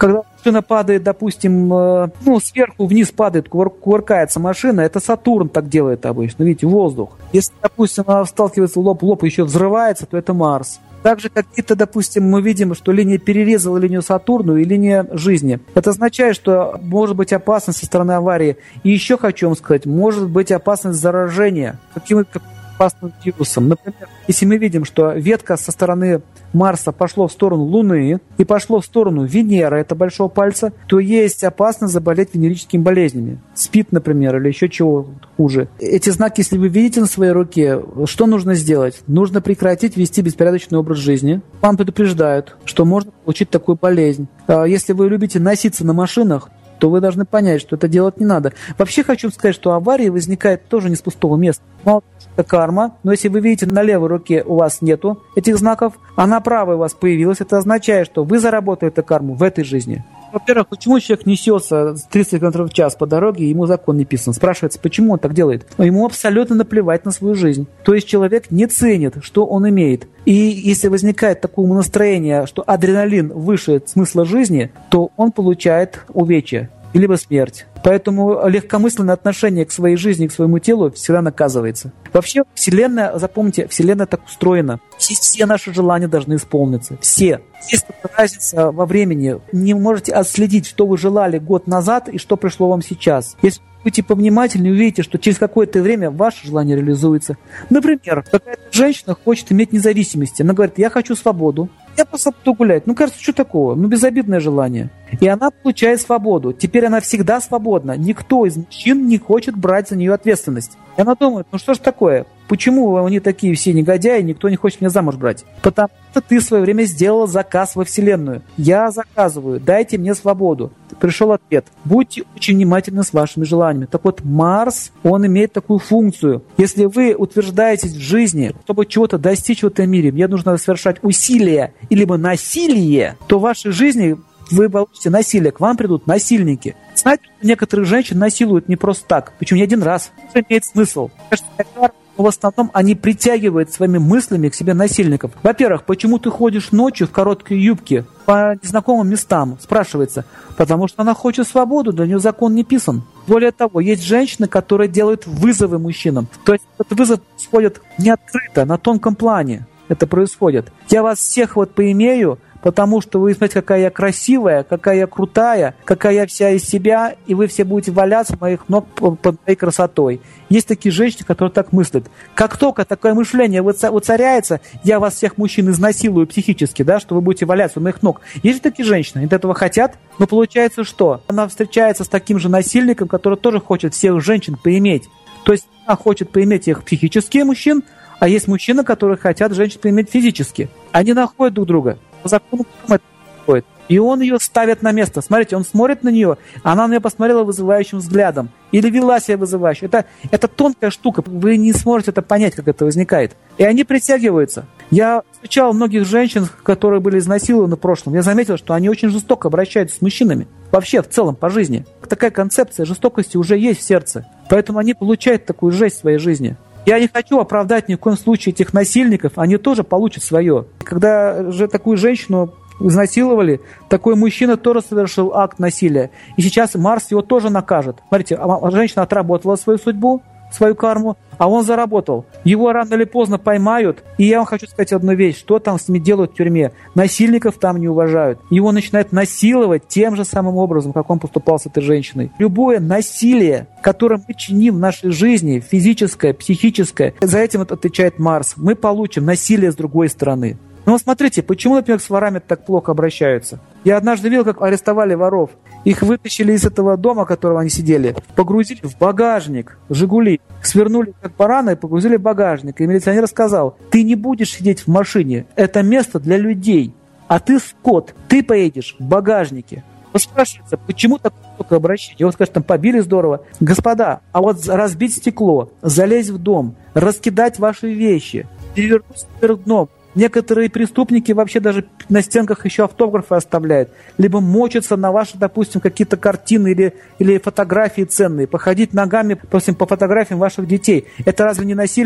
Speaker 3: машина падает, допустим, сверху вниз падает, кувыркается машина, это Сатурн так делает обычно, видите, воздух. Если, допустим, она сталкивается лоб и еще взрывается, то это Марс. Также какие-то, допустим, мы видим, что линия перерезала линию Сатурну и линия жизни. Это означает, что может быть опасность со стороны аварии. И еще хочу вам сказать, может быть опасность заражения каким-то опасным вирусом. Например, если мы видим, что ветка со стороны Марса пошло в сторону Луны и пошло в сторону Венеры, это большого пальца, то есть опасность заболеть венерическими болезнями. СПИД, например, или еще чего хуже. Эти знаки, если вы видите на своей руке, что нужно сделать? Нужно прекратить вести беспорядочный образ жизни. Вам предупреждают, что можно получить такую болезнь. Если вы любите носиться на машинах, то вы должны понять, что это делать не надо. Вообще хочу сказать, что аварии возникают тоже не с пустого места. Мало того, что это карма, но если вы видите, на левой руке у вас нету этих знаков, а на правой у вас появилось, это означает, что вы заработаете карму в этой жизни. Во-первых, почему человек несется 30 км в час по дороге, и ему закон не писан? Спрашивается, почему он так делает? Ему абсолютно наплевать на свою жизнь. То есть человек не ценит, что он имеет. И если возникает такое настроение, что адреналин выше смысла жизни, то он получает увечья, либо смерть. Поэтому легкомысленное отношение к своей жизни, к своему телу всегда наказывается. Вообще, Вселенная, запомните, Вселенная так устроена. Все наши желания должны исполниться. Все. Есть разница во времени. Не можете отследить, что вы желали год назад и что пришло вам сейчас. Если вы будете повнимательнее, увидите, что через какое-то время ваше желание реализуется. Например, какая-то женщина хочет иметь независимость. Она говорит, я хочу свободу. Я просто буду гулять. Кажется, что такого? Безобидное желание. И она получает свободу. Теперь она всегда свободна. Никто из мужчин не хочет брать за нее ответственность. И она думает, что ж такое? Почему они такие все негодяи, никто не хочет меня замуж брать? Потому что ты в свое время сделала заказ во Вселенную. Я заказываю, дайте мне свободу. Пришел ответ. Будьте очень внимательны с вашими желаниями. Так вот, Марс, он имеет такую функцию. Если вы утверждаетесь в жизни, чтобы чего-то достичь в этом мире, мне нужно совершать усилия, либо насилие, то в вашей жизни вы получите насилие, к вам придут насильники. Знаете, что некоторых женщин насилуют не просто так, причем не один раз. Это имеет смысл. Но в основном они притягивают своими мыслями к себе насильников. Во-первых, почему ты ходишь ночью в короткой юбке по незнакомым местам? Спрашивается. Потому что она хочет свободу, для нее закон не писан. Более того, есть женщины, которые делают вызовы мужчинам. То есть этот вызов происходит не открыто, на тонком плане это происходит. Я вас всех поимею, потому что вы смотрите, какая я красивая, какая я крутая, какая я вся из себя, и вы все будете валяться моих ног под моей красотой. Есть такие женщины, которые так мыслят. Как только такое мышление воцаряется, я вас всех мужчин изнасилую психически, да, что вы будете валяться у моих ног. Есть же такие женщины, они этого хотят, но получается что? Она встречается с таким же насильником, который тоже хочет всех женщин поиметь. То есть она хочет поиметь их психически, мужчин, а есть мужчины, которые хотят женщин поиметь физически. Они находят друг друга. По закону это происходит. И он ее ставит на место. Смотрите, он смотрит на нее, она на нее посмотрела вызывающим взглядом. Или вела себя вызывающе. Это тонкая штука. Вы не сможете это понять, как это возникает. И они притягиваются. Я встречал многих женщин, которые были изнасилованы в прошлом. Я заметил, что они очень жестоко обращаются с мужчинами. Вообще, в целом, по жизни. Такая концепция жестокости уже есть в сердце. Поэтому они получают такую жесть в своей жизни. Я не хочу оправдать ни в коем случае этих насильников, они тоже получат свое. Когда же такую женщину изнасиловали, такой мужчина тоже совершил акт насилия. И сейчас Марс его тоже накажет. Смотрите, женщина отработала свою судьбу, свою карму, а он заработал. Его рано или поздно поймают. И я вам хочу сказать одну вещь. Что там с ними делают в тюрьме? Насильников там не уважают. Его начинают насиловать тем же самым образом, как он поступал с этой женщиной. Любое насилие, которое мы чиним в нашей жизни, физическое, психическое, за этим отвечает Марс. Мы получим насилие с другой стороны. Но смотрите, почему, например, с ворами так плохо обращаются? Я однажды видел, как арестовали воров. Их вытащили из этого дома, в котором они сидели, погрузили в багажник «Жигули». Свернули как барана и погрузили в багажник. И милиционер сказал, ты не будешь сидеть в машине, это место для людей. А ты скот, ты поедешь в багажнике. Вот спрашивается, почему такое обращение? Вот, скажет, там побили здорово. Господа, а вот разбить стекло, залезть в дом, раскидать ваши вещи, перевернуть вверх дном. Некоторые преступники вообще даже на стенках еще автографы оставляют. Либо мочатся на ваши, допустим, какие-то картины или фотографии ценные. Походить ногами, допустим, по фотографиям ваших детей. Это разве не насилие?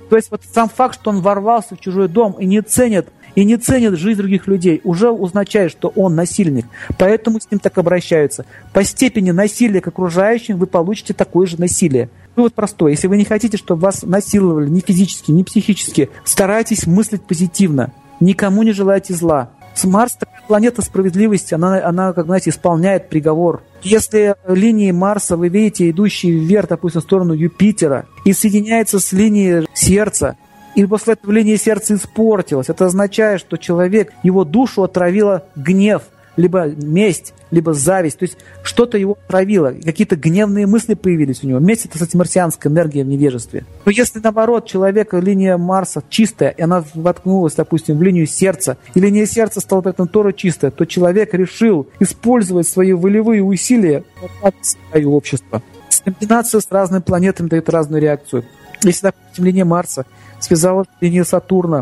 Speaker 3: То есть вот сам факт, что он ворвался в чужой дом и не ценит жизнь других людей, уже означает, что он насильник. Поэтому с ним так обращаются. По степени насилия к окружающим вы получите такое же насилие. Вывод простой. Если вы не хотите, чтобы вас насиловали ни физически, ни психически, старайтесь мыслить позитивно. Никому не желайте зла. Марс — такая планета справедливости, она, как знаете, исполняет приговор. Если линии Марса вы видите, идущие вверх, допустим, в сторону Юпитера, и соединяется с линией сердца, и после этого линия сердца испортилась, это означает, что человек, его душу отравила гнев, либо месть, либо зависть, то есть что-то его отравило, какие-то гневные мысли появились у него. Месть — это, кстати, марсианская энергия в невежестве. Но если, наоборот, человека линия Марса чистая, и она воткнулась, допустим, в линию сердца, и линия сердца стала поэтому тоже чистая, то человек решил использовать свои волевые усилия в свое общество. Комбинация с разными планетами дает разную реакцию. Если, допустим, линия Марса связалась с линией Сатурна,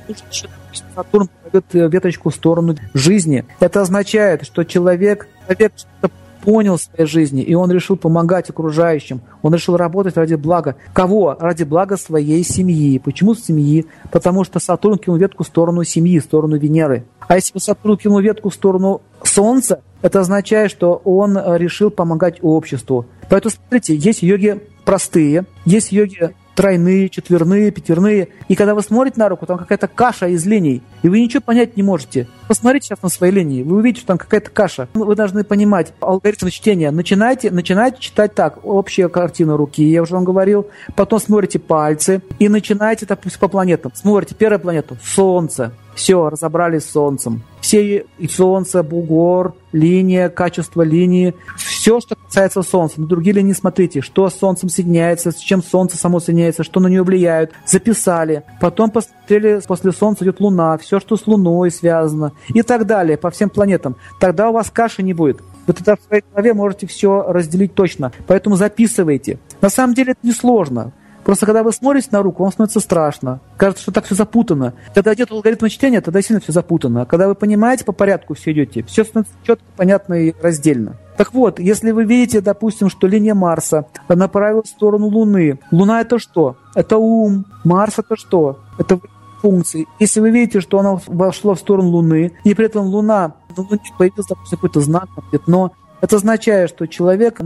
Speaker 3: Сатурн поведет веточку в сторону жизни. Это означает, что человек что-то понял в своей жизни, и он решил помогать окружающим. Он решил работать ради блага. Кого? Ради блага своей семьи. Почему семьи? Потому что Сатурн кинул ветку в сторону семьи, в сторону Венеры. А если Сатурн кинул ветку в сторону Солнца, это означает, что он решил помогать обществу. Поэтому, смотрите, есть йоги простые, есть йоги тройные, четверные, пятерные. И когда вы смотрите на руку, там какая-то каша из линий, и вы ничего понять не можете. Посмотрите сейчас на свои линии, вы увидите, что там какая-то каша. Вы должны понимать алгоритм чтения. Начинайте читать так, общая картина руки, я уже вам говорил. Потом смотрите пальцы и начинайте, допустим, по планетам. Смотрите, первая планета — Солнце. Все, разобрались с Солнцем. Все и Солнце, бугор, линия, качество линии. Все, что касается Солнца. На другие линии смотрите, что с Солнцем соединяется, с чем Солнце само соединяется, что на нее влияет. Записали. Потом посмотрели, после Солнца идет Луна, все, что с Луной связано. И так далее, по всем планетам. Тогда у вас каши не будет. Вы тогда в своей голове можете все разделить точно. Поэтому записывайте. На самом деле это несложно. Просто когда вы смотрите на руку, вам становится страшно. Кажется, что так все запутано. Когда идет алгоритм чтения, тогда сильно все запутано. А когда вы понимаете, по порядку все идете, все становится четко, понятно и раздельно. Так вот, если вы видите, допустим, что линия Марса направилась в сторону Луны. Луна — это что? Это ум. Марс — это что? Это функции. Если вы видите, что она вошла в сторону Луны, и при этом Луна, на Луне появился, допустим, какой-то знак, пятно, это означает, что человек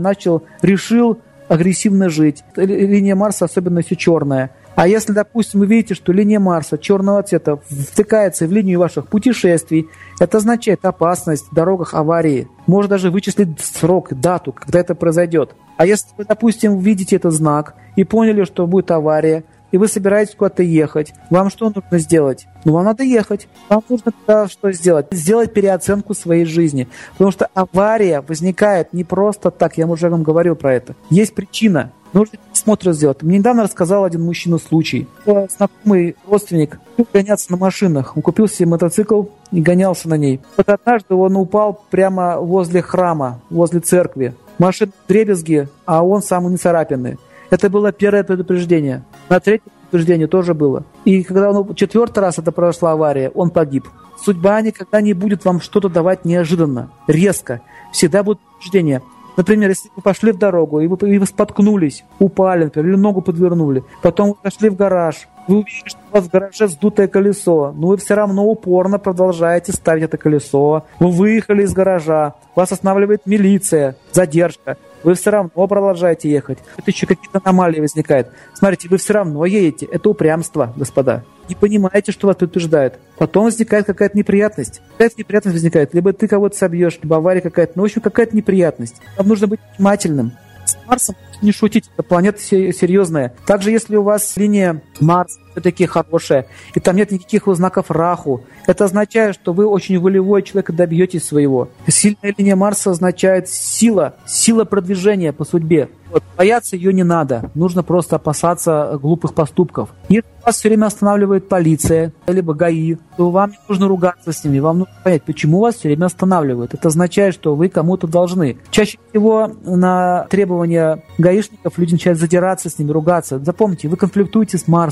Speaker 3: решил агрессивно жить. Линия Марса особенно если черная. А если, допустим, вы видите, что линия Марса черного цвета втыкается в линию ваших путешествий, это означает опасность в дорогах, аварии. Можно даже вычислить срок, дату, когда это произойдет. А если вы, допустим, видите этот знак и поняли, что будет авария, и вы собираетесь куда-то ехать, вам что нужно сделать? Вам надо ехать. Вам нужно тогда что сделать? Сделать переоценку своей жизни. Потому что авария возникает не просто так, я уже вам говорил про это. Есть причина. Нужно пересмотр сделать. Мне недавно рассказал один мужчина случай. Знакомый родственник гоняться на машинах. Он купил себе мотоцикл и гонялся на ней. Вот однажды он упал прямо возле храма, возле церкви. Машина в дребезги, а он сам не царапины. Это было первое предупреждение. На третье предупреждение тоже было. И когда он четвертый раз это произошла авария, он погиб. Судьба никогда не будет вам что-то давать неожиданно, резко. Всегда будут предупреждения. Например, если вы пошли в дорогу, и вы споткнулись, упали, например, или ногу подвернули, потом вы пошли в гараж, вы увидели, что у вас в гараже сдутое колесо, но вы все равно упорно продолжаете ставить это колесо. Вы выехали из гаража, вас останавливает милиция, задержка. Вы все равно продолжаете ехать. Это еще какие-то аномалии возникают. Смотрите, вы все равно едете. Это упрямство, господа. Не понимаете, что вас предупреждает. Потом возникает какая-то неприятность. Какая-то неприятность возникает. Либо ты кого-то собьешь, либо авария какая-то. Ну, в общем, какая-то неприятность. Вам нужно быть внимательным. С Марсом не шутить, это планета серьезная. Также, если у вас линия Марса все-таки хорошая, и там нет никаких знаков Раху, это означает, что вы очень волевой человек и добьетесь своего. Сильная линия Марса означает сила продвижения по судьбе. Вот, бояться ее не надо, нужно просто опасаться глупых поступков. Если вас все время останавливает полиция, либо ГАИ, то вам не нужно ругаться с ними, вам нужно понять, почему вас все время останавливают. Это означает, что вы кому-то должны. Чаще всего на требования гаишников люди начинают задираться с ними, ругаться. Запомните, вы конфликтуете с Марсом.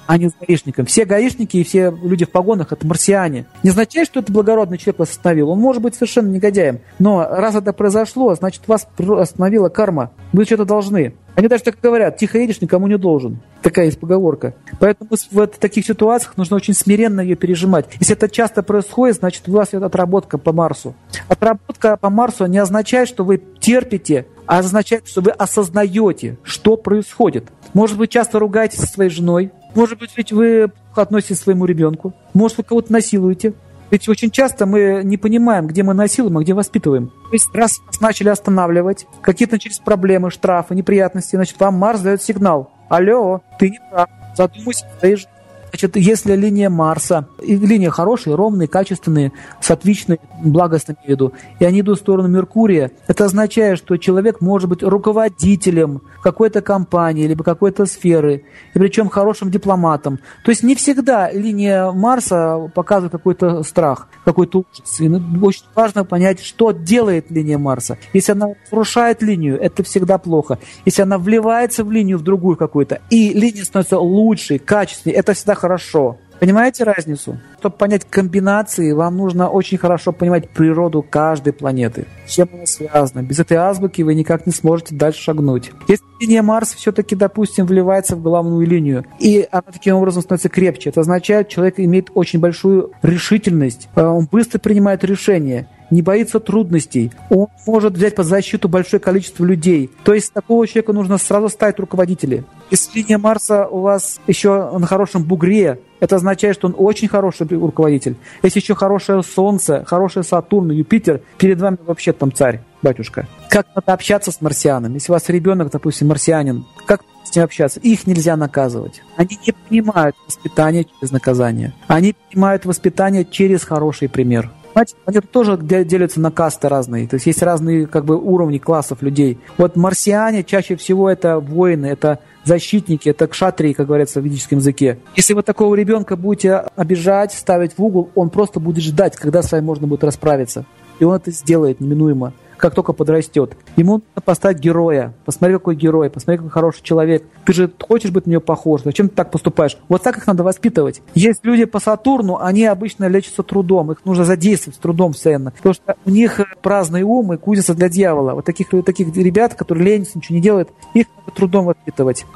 Speaker 3: а не с гаишником. Все гаишники и все люди в погонах – это марсиане. Не означает, что это благородный человек вас остановил. Он может быть совершенно негодяем. Но раз это произошло, значит, вас остановила карма. Вы что-то должны. Они даже так говорят: тихо едешь, никому не должен. Такая есть поговорка. Поэтому в таких ситуациях нужно очень смиренно ее пережимать. Если это часто происходит, значит, у вас идет отработка по Марсу. Отработка по Марсу не означает, что вы терпите, а означает, что вы осознаете, что происходит. Может быть, часто ругаетесь со своей женой. Может быть, ведь вы плохо относитесь к своему ребенку. Может, вы кого-то насилуете. Ведь очень часто мы не понимаем, где мы насилуем, а где воспитываем. То есть раз нас начали останавливать, какие-то начались проблемы, штрафы, неприятности, значит, вам Марс дает сигнал. Алло, ты не прав, задумайся о своей жизни. Значит, если линия Марса, и линия хорошие, ровные, качественные, сатвичные, благостные, имею в виду, и они идут в сторону Меркурия, это означает, что человек может быть руководителем какой-то компании, либо какой-то сферы, и причем хорошим дипломатом. То есть не всегда линия Марса показывает какой-то страх, какой-то ужас. И очень важно понять, что делает линия Марса. Если она разрушает линию, это всегда плохо. Если она вливается в линию, в другую какую-то, и линия становится лучше, качественнее, это всегда хорошо. Понимаете разницу? Чтобы понять комбинации, вам нужно очень хорошо понимать природу каждой планеты. С чем она связана. Без этой азбуки вы никак не сможете дальше шагнуть. Если линия Марса все-таки, допустим, вливается в главную линию, и она таким образом становится крепче, это означает, что человек имеет очень большую решительность, он быстро принимает решения, не боится трудностей, он может взять под защиту большое количество людей. То есть такого человека нужно сразу ставить руководителем. Если линия Марса у вас еще на хорошем бугре, это означает, что он очень хороший руководитель. Если еще хорошее Солнце, хороший Сатурн, Юпитер, перед вами вообще там царь, батюшка. Как надо общаться с марсианом? Если у вас ребенок, допустим, марсианин, как с ним общаться? Их нельзя наказывать. Они не понимают воспитание через наказание. Они понимают воспитание через хороший пример. Знаете, планеты тоже делятся на касты разные. То есть разные уровни классов людей. Вот марсиане чаще всего это воины, это защитники, это кшатрии, как говорится в ведическом языке. Если вы такого ребенка будете обижать, ставить в угол, он просто будет ждать, когда с вами можно будет расправиться. И он это сделает неминуемо, как только подрастет. Ему нужно поставить героя. Посмотри, какой герой, посмотри, какой хороший человек. Ты же хочешь быть на него похож. Зачем ты так поступаешь? Вот так их надо воспитывать. Есть люди по Сатурну, они обычно лечатся трудом. Их нужно задействовать с трудом постоянно. Потому что у них праздный ум и кузница для дьявола. Вот таких ребят, которые ленятся, ничего не делают, их надо трудом воспитывать.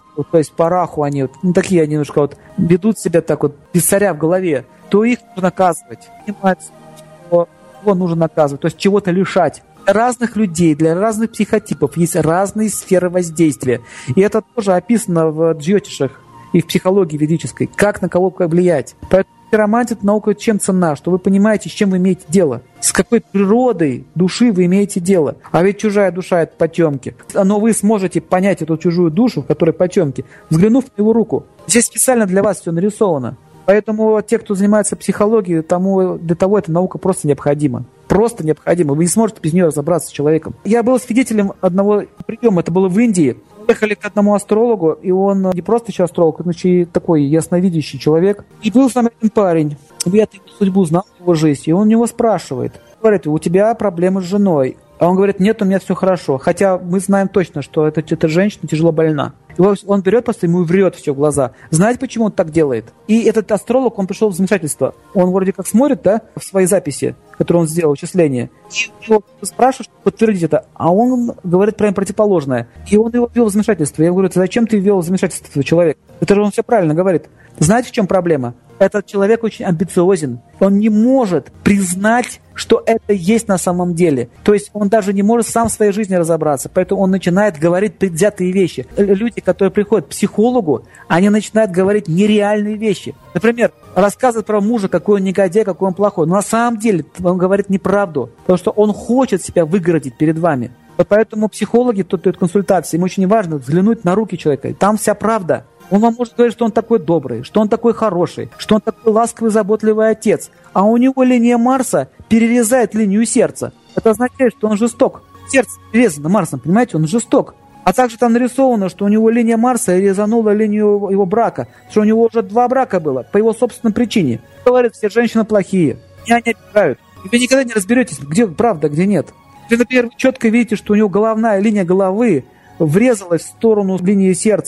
Speaker 3: По-раху они, такие они немножко ведут себя так без царя в голове. То их нужно наказывать. Понимаете, что его нужно наказывать. То есть чего-то лишать. Для разных людей, для разных психотипов есть разные сферы воздействия. И это тоже описано в джьотишах и в психологии ведической, как на кого влиять. Поэтому хиромантия – наука чем ценна, что вы понимаете, с чем вы имеете дело, с какой природой души вы имеете дело. А ведь чужая душа – это потемки. Но вы сможете понять эту чужую душу, в которой потемки, взглянув на его руку. Здесь специально для вас все нарисовано. Поэтому те, кто занимается психологией, для того эта наука просто необходима. Просто необходимо. Вы не сможете без нее разобраться с человеком. Я был свидетелем одного приема, это было в Индии. Ехали к одному астрологу, и он не просто еще астролог, он еще и такой ясновидящий человек. И был с нами один парень. Я-то его судьбу знал, его жизнь. И он у него спрашивает. Говорит: у тебя проблемы с женой. А он говорит: нет, у меня все хорошо. Хотя мы знаем точно, что эта женщина тяжело больна. И он берет просто ему и врет все в глаза. Знаете, почему он так делает? И этот астролог, он пришел в замешательство. Он вроде как смотрит, в свои записи, которые он сделал, вычисления. И его спрашивают, чтобы подтвердить это. А он говорит прям противоположное. И он его ввел в замешательство. Я говорю: зачем ты ввел в замешательство человека? Это же он все правильно говорит. Знаете, в чем проблема? Этот человек очень амбициозен. Он не может признать, что это есть на самом деле. То есть он даже не может сам в своей жизни разобраться. Поэтому он начинает говорить предвзятые вещи. Люди, которые приходят к психологу, они начинают говорить нереальные вещи. Например, рассказывает про мужа, какой он негодяй, какой он плохой. Но на самом деле он говорит неправду. Потому что он хочет себя выгородить перед вами. Вот поэтому психологи, кто дает консультации, им очень важно взглянуть на руки человека. Там вся правда. Он вам может говорить, что он такой добрый, что он такой хороший, что он такой ласковый, заботливый отец. А у него линия Марса перерезает линию сердца. Это означает, что он жесток. Сердце перерезано Марсом, понимаете, он жесток. А также там нарисовано, что у него линия Марса резанула линию его брака, что у него уже 2 брака было по его собственной причине. Говорит, все женщины плохие, меня не обижают. И вы никогда не разберетесь, где правда, где нет. Вы, например, четко видите, что у него головная линия головы врезалась в сторону линии сердца.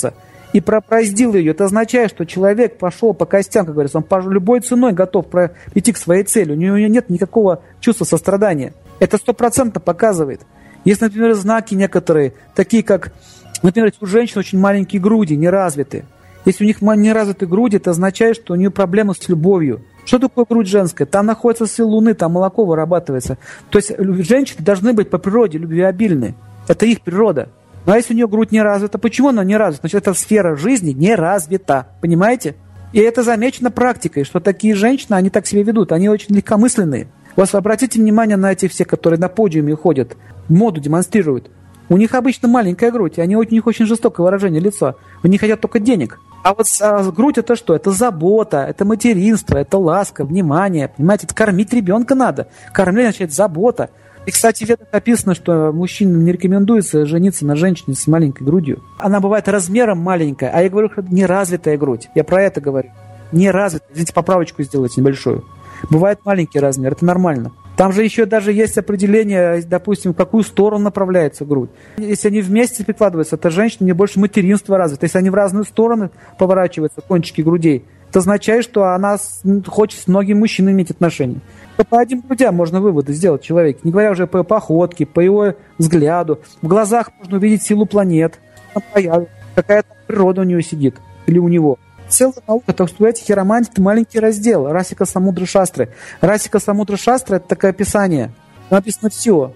Speaker 3: и пробороздил ее. Это означает, что человек пошел по костям, как говорится, он по любой ценой готов идти к своей цели. У него нет никакого чувства сострадания. Это 100% показывает. Есть, например, знаки некоторые, такие как, например, у женщин очень маленькие груди, неразвитые. Если у них неразвитые груди, это означает, что у нее проблемы с любовью. Что такое грудь женская? Там находится сила Луны, там молоко вырабатывается. То есть женщины должны быть по природе любвеобильны. Это их природа. Ну а если у нее грудь не развита, почему она не развита? Значит, эта сфера жизни не развита. Понимаете? И это замечено практикой, что такие женщины, они так себя ведут, они очень легкомысленные. Вот обратите внимание на эти все, которые на подиуме ходят, моду демонстрируют. У них обычно маленькая грудь, и у них очень жестокое выражение лица. Они хотят только денег. А вот грудь это что? Это забота, это материнство, это ласка, внимание. Понимаете, это кормить ребенка надо. Кормление означает забота. И, кстати, в ведах написано, что мужчинам не рекомендуется жениться на женщине с маленькой грудью. Она бывает размером маленькая, а я говорю, что это неразвитая грудь. Я про это говорю. Неразвитая. Извините, поправочку сделайте небольшую. Бывает маленький размер, это нормально. Там же еще даже есть определение, допустим, в какую сторону направляется грудь. Если они вместе прикладываются, то женщина не больше материнства развита. Если они в разные стороны поворачиваются, кончики грудей, это означает, что она хочет с многими мужчинами иметь отношения. То по одним грудям можно выводы сделать человека, не говоря уже по походке, по его взгляду. В глазах можно увидеть силу планет, какая-то природа у него сидит или у него. Целая наука, так сказать, хиромантия – это маленький раздел Расика Самудра Шастры. Расика Самудра Шастры – это такое описание. Написано все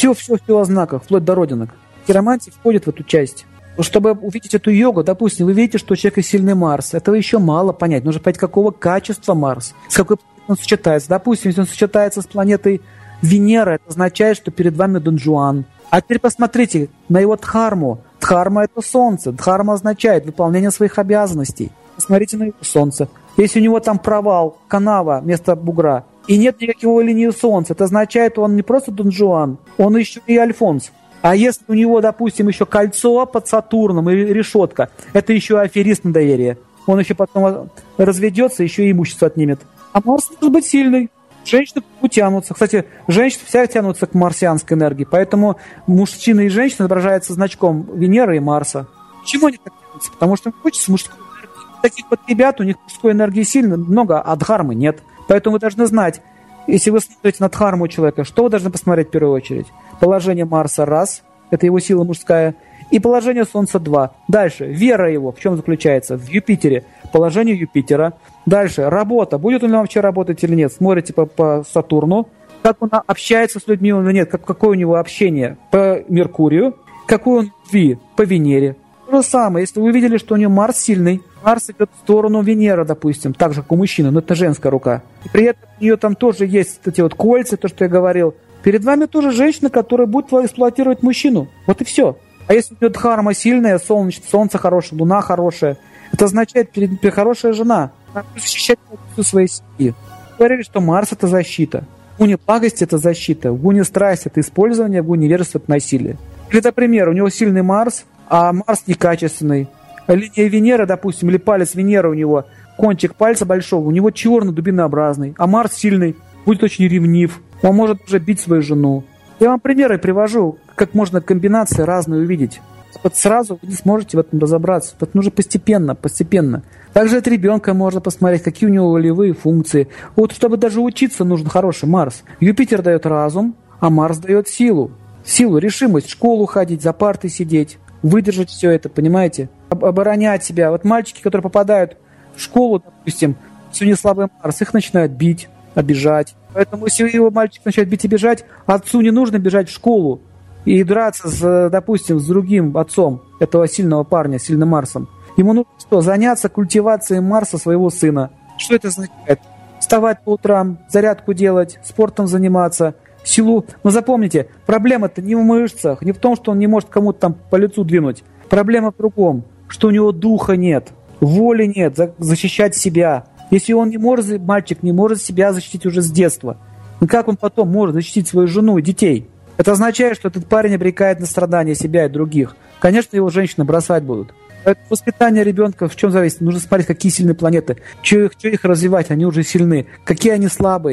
Speaker 3: о знаках, вплоть до родинок. Хиромантия входит в эту часть. Чтобы увидеть эту йогу, допустим, вы видите, что у человека сильный Марс. Этого еще мало понять. Нужно понять, какого качества Марс, с какой планетой он сочетается. Допустим, если он сочетается с планетой Венера, это означает, что перед вами Дон Жуан. А теперь посмотрите на его дхарму. Дхарма – это солнце. Дхарма означает выполнение своих обязанностей. Посмотрите на его солнце. Если у него там провал, канава вместо бугра, и нет никакого линии солнца, это означает, что он не просто Дон Жуан, он еще и Альфонс. А если у него, допустим, еще кольцо под Сатурном и решетка, это еще аферист на доверие. Он еще потом разведется, еще и имущество отнимет. А Марс может быть сильный. Женщины тянутся. Кстати, женщины всегда тянутся к марсианской энергии, поэтому мужчина и женщина изображаются значком Венеры и Марса. Почему они так тянутся? Потому что им хочется мужской энергии. Таких вот ребят, у них мужской энергии сильно много, а дхармы нет. Поэтому вы должны знать, если вы смотрите на дхарму человека, что вы должны посмотреть в первую очередь? Положение Марса – раз, это его сила мужская, и положение Солнца – два. Дальше, вера его, в чем заключается? В Юпитере, положение Юпитера. Дальше, работа, будет он вообще работать или нет? Смотрите по Сатурну, как он общается с людьми или нет, какое у него общение по Меркурию, какой он любви по Венере. То же самое, если вы увидели, что у него Марс сильный, Марс идет в сторону Венеры, допустим, так же, как у мужчины, но это женская рука. И при этом у нее там тоже есть эти вот кольца, то, что я говорил. Перед вами тоже женщина, которая будет эксплуатировать мужчину. Вот и все. А если у нее дхарма сильная, солнце хорошее, луна хорошая, это означает, перед хорошая жена. Она будет защищать своей семьи. Говорили, что Марс – это защита. В гуне благости – это защита. В гуне страсти – это использование, в гуне невежества – это насилие. Или, например, у него сильный Марс, а Марс некачественный. Линия Венеры, допустим, или палец Венеры у него, кончик пальца большого, у него черно-дубинообразный, а Марс сильный, будет очень ревнив, он может уже бить свою жену. Я вам примеры привожу, как можно комбинации разные увидеть. Вот сразу вы не сможете в этом разобраться, это нужно постепенно. Также от ребенка можно посмотреть, какие у него волевые функции. Вот чтобы даже учиться, нужен хороший Марс. Юпитер дает разум, а Марс дает силу. Силу, решимость, в школу ходить, за партой сидеть, выдержать все это, понимаете? Оборонять себя. Вот мальчики, которые попадают в школу, допустим, если у них слабый Марс, их начинают бить, обижать. Поэтому если его мальчик начинает бить и бежать, отцу не нужно бежать в школу и драться, допустим, с другим отцом этого сильного парня, сильным Марсом. Ему нужно что? Заняться культивацией Марса своего сына. Что это означает? Вставать по утрам, зарядку делать, спортом заниматься, силу. Но запомните, проблема-то не в мышцах, не в том, что он не может кому-то там по лицу двинуть. Проблема в другом, что у него духа нет, воли нет защищать себя. Если он не может, мальчик не может себя защитить уже с детства, ну как он потом может защитить свою жену и детей? Это означает, что этот парень обрекает на страдания себя и других. Конечно, его женщины бросать будут. Поэтому воспитание ребенка в чем зависит? Нужно смотреть, какие сильные планеты, что их развивать, они уже сильны, какие они слабые.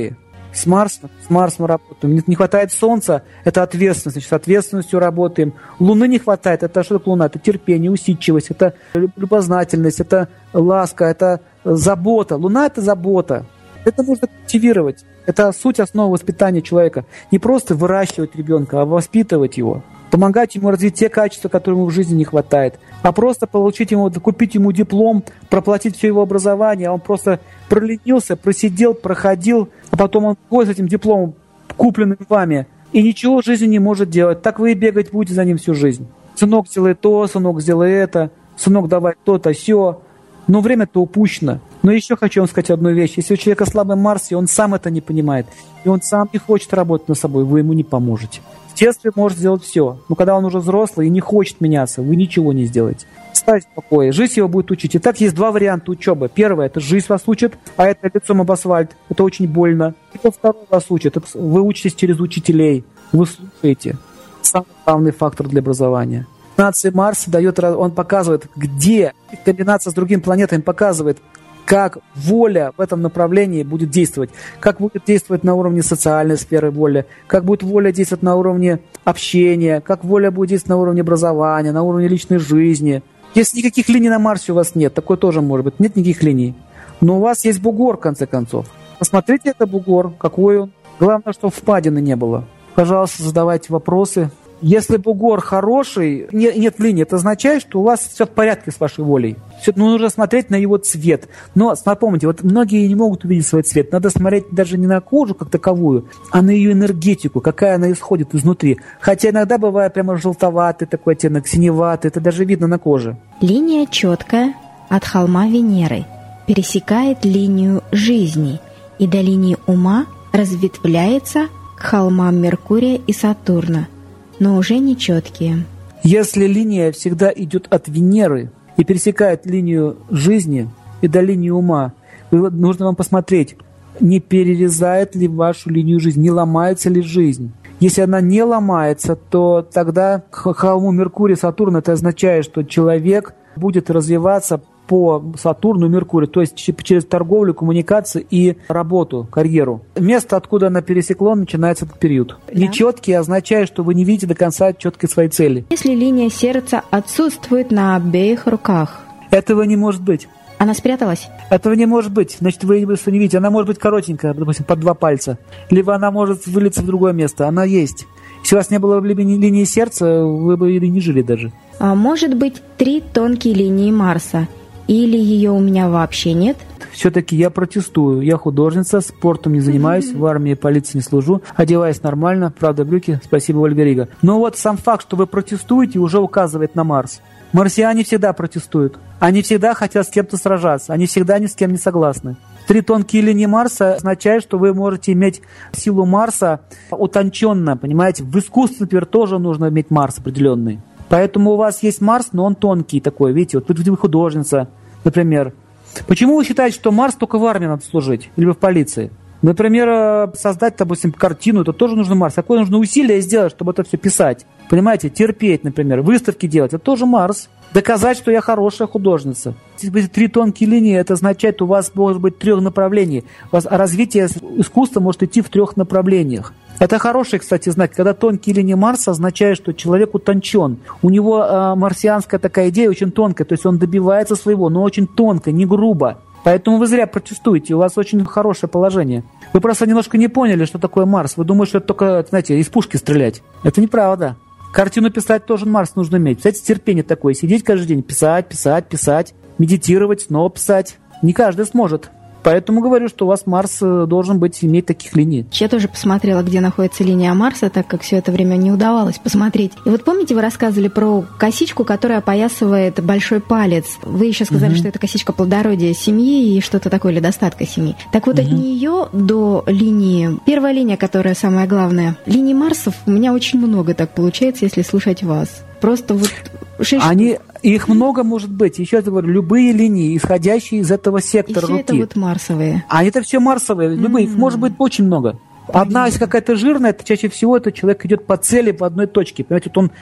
Speaker 3: С Марсом работаем. Не хватает Солнца, это ответственность, значит, с ответственностью работаем. Луны не хватает, это что такое Луна? Это терпение, усидчивость, это любознательность, это ласка, это забота. Луна – это забота. Это нужно культивировать. Это суть, основа воспитания человека. Не просто выращивать ребенка, а воспитывать его. Помогать ему развить те качества, которые ему в жизни не хватает. А просто купить ему диплом, проплатить все его образование, а он просто проленился, просидел, проходил, а потом он ходит с этим дипломом, купленным вами, и ничего в жизни не может делать. Так вы и бегать будете за ним всю жизнь. Сынок, сделай то, сынок, сделай это, сынок, давай то-то, сё. Но время-то упущено. Но еще хочу вам сказать одну вещь. Если у человека слабый Марс, и он сам это не понимает, и он сам не хочет работать над собой, вы ему не поможете. В детстве может сделать все, но когда он уже взрослый и не хочет меняться, вы ничего не сделаете. Оставьте в покое, жизнь его будет учить. Итак, есть два варианта учебы. Первое – это жизнь вас учит, а это лицом об асфальт. Это очень больно. И второе вас учит. Вы учитесь через учителей, вы слушаете. Самый главный фактор для образования. Комбинация Марса он показывает, где комбинация с другими планетами показывает, как воля в этом направлении будет действовать, как будет действовать на уровне социальной сферы воли, как будет воля действовать на уровне общения, как воля будет действовать на уровне образования, на уровне личной жизни. Если никаких линий на Марсе у вас нет, такое тоже может быть, нет никаких линий, но у вас есть бугор, в конце концов. Посмотрите, это бугор, какой он. Главное, чтобы впадины не было. Пожалуйста, задавайте вопросы. Если бугор хороший, нет линии, это означает, что у вас все в порядке с вашей волей. Нужно смотреть на его цвет. Но напомните, вот многие не могут увидеть свой цвет. Надо смотреть даже не на кожу как таковую, а на ее энергетику, какая она исходит изнутри. Хотя иногда бывает прямо желтоватый такой оттенок, синеватый, это даже видно на коже.
Speaker 2: Линия четкая от холма Венеры пересекает линию жизни и до линии ума разветвляется к холмам Меркурия и Сатурна, но уже нечеткие.
Speaker 3: Если линия всегда идет от Венеры и пересекает линию жизни и до линии ума, нужно вам посмотреть, не перерезает ли вашу линию жизни, не ломается ли жизнь. Если она не ломается, то тогда к холму Меркурия и Сатурна это означает, что человек будет развиваться по Сатурну и Меркурию, то есть через торговлю, коммуникации и работу, карьеру. Место, откуда она пересекло, начинается этот период. Да. Нечеткий означает, что вы не видите до конца четкой своей цели.
Speaker 2: Если линия сердца отсутствует на обеих руках.
Speaker 3: Этого не может быть.
Speaker 2: Она спряталась?
Speaker 3: Этого не может быть. Значит, вы не видите. Она может быть коротенькая, допустим, под 2 пальца. Либо она может вылиться в другое место. Она есть. Если у вас не было линии сердца, вы бы и не жили даже.
Speaker 2: А может быть 3 тонкие линии Марса? Или ее у меня вообще нет?
Speaker 3: Все-таки я протестую. Я художница, спортом не занимаюсь, в армии, полиции не служу, одеваюсь нормально, правда, брюки, спасибо, Ольга Рига. Но вот сам факт, что вы протестуете, уже указывает на Марс. Марсиане всегда протестуют. Они всегда хотят с кем-то сражаться. Они всегда ни с кем не согласны. 3 тонкие линии Марса означает, что вы можете иметь силу Марса утонченно, понимаете? В искусстве, например, тоже нужно иметь Марс определенный. Поэтому у вас есть Марс, но он тонкий такой, видите, вот вы художница, например. Почему вы считаете, что Марс только в армии надо служить, либо в полиции? Например, создать, допустим, картину, это тоже нужно Марс. Какое нужно усилие сделать, чтобы это все писать? Понимаете, терпеть, например, выставки делать, это тоже Марс. Доказать, что я хорошая художница. Эти 3 тонкие линии, это означает, у вас может быть 3 направлений. У вас развитие искусства может идти в 3 направлениях. Это хороший, кстати, знак. Когда тонкие линии Марса, означает, что человек утончен. У него марсианская такая идея очень тонкая, то есть он добивается своего, но очень тонко, не грубо. Поэтому вы зря протестуете, у вас очень хорошее положение. Вы просто немножко не поняли, что такое Марс. Вы думаете, что это только, знаете, из пушки стрелять. Это неправда. Картину писать тоже Марс нужно иметь. Кстати, терпение такое. Сидеть каждый день, писать, медитировать, снова писать. Не каждый сможет. Поэтому говорю, что у вас Марс должен иметь таких линий.
Speaker 2: Я тоже посмотрела, где находится линия Марса, так как все это время не удавалось посмотреть. И вот помните, вы рассказывали про косичку, которая опоясывает большой палец. Вы еще сказали, что это косичка плодородия семьи и что-то такое, или достатка семьи. Так вот, от нее до линии, первая линия, которая самая главная, линий Марсов у меня очень много так получается, если слушать вас. Просто вот 6 штук.
Speaker 3: Их много может быть. Еще раз говорю, любые линии, исходящие из этого сектора руки.
Speaker 2: И все это вот марсовые.
Speaker 3: Это все марсовые. Любые. Их может быть очень много. Одна, если какая-то жирная, то чаще всего этот человек идет по цели в одной точке. Понимаете, вот он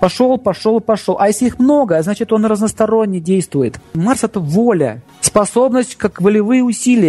Speaker 3: пошел. А если их много, значит, он разносторонне действует. Марс – это воля, способность, как волевые усилия.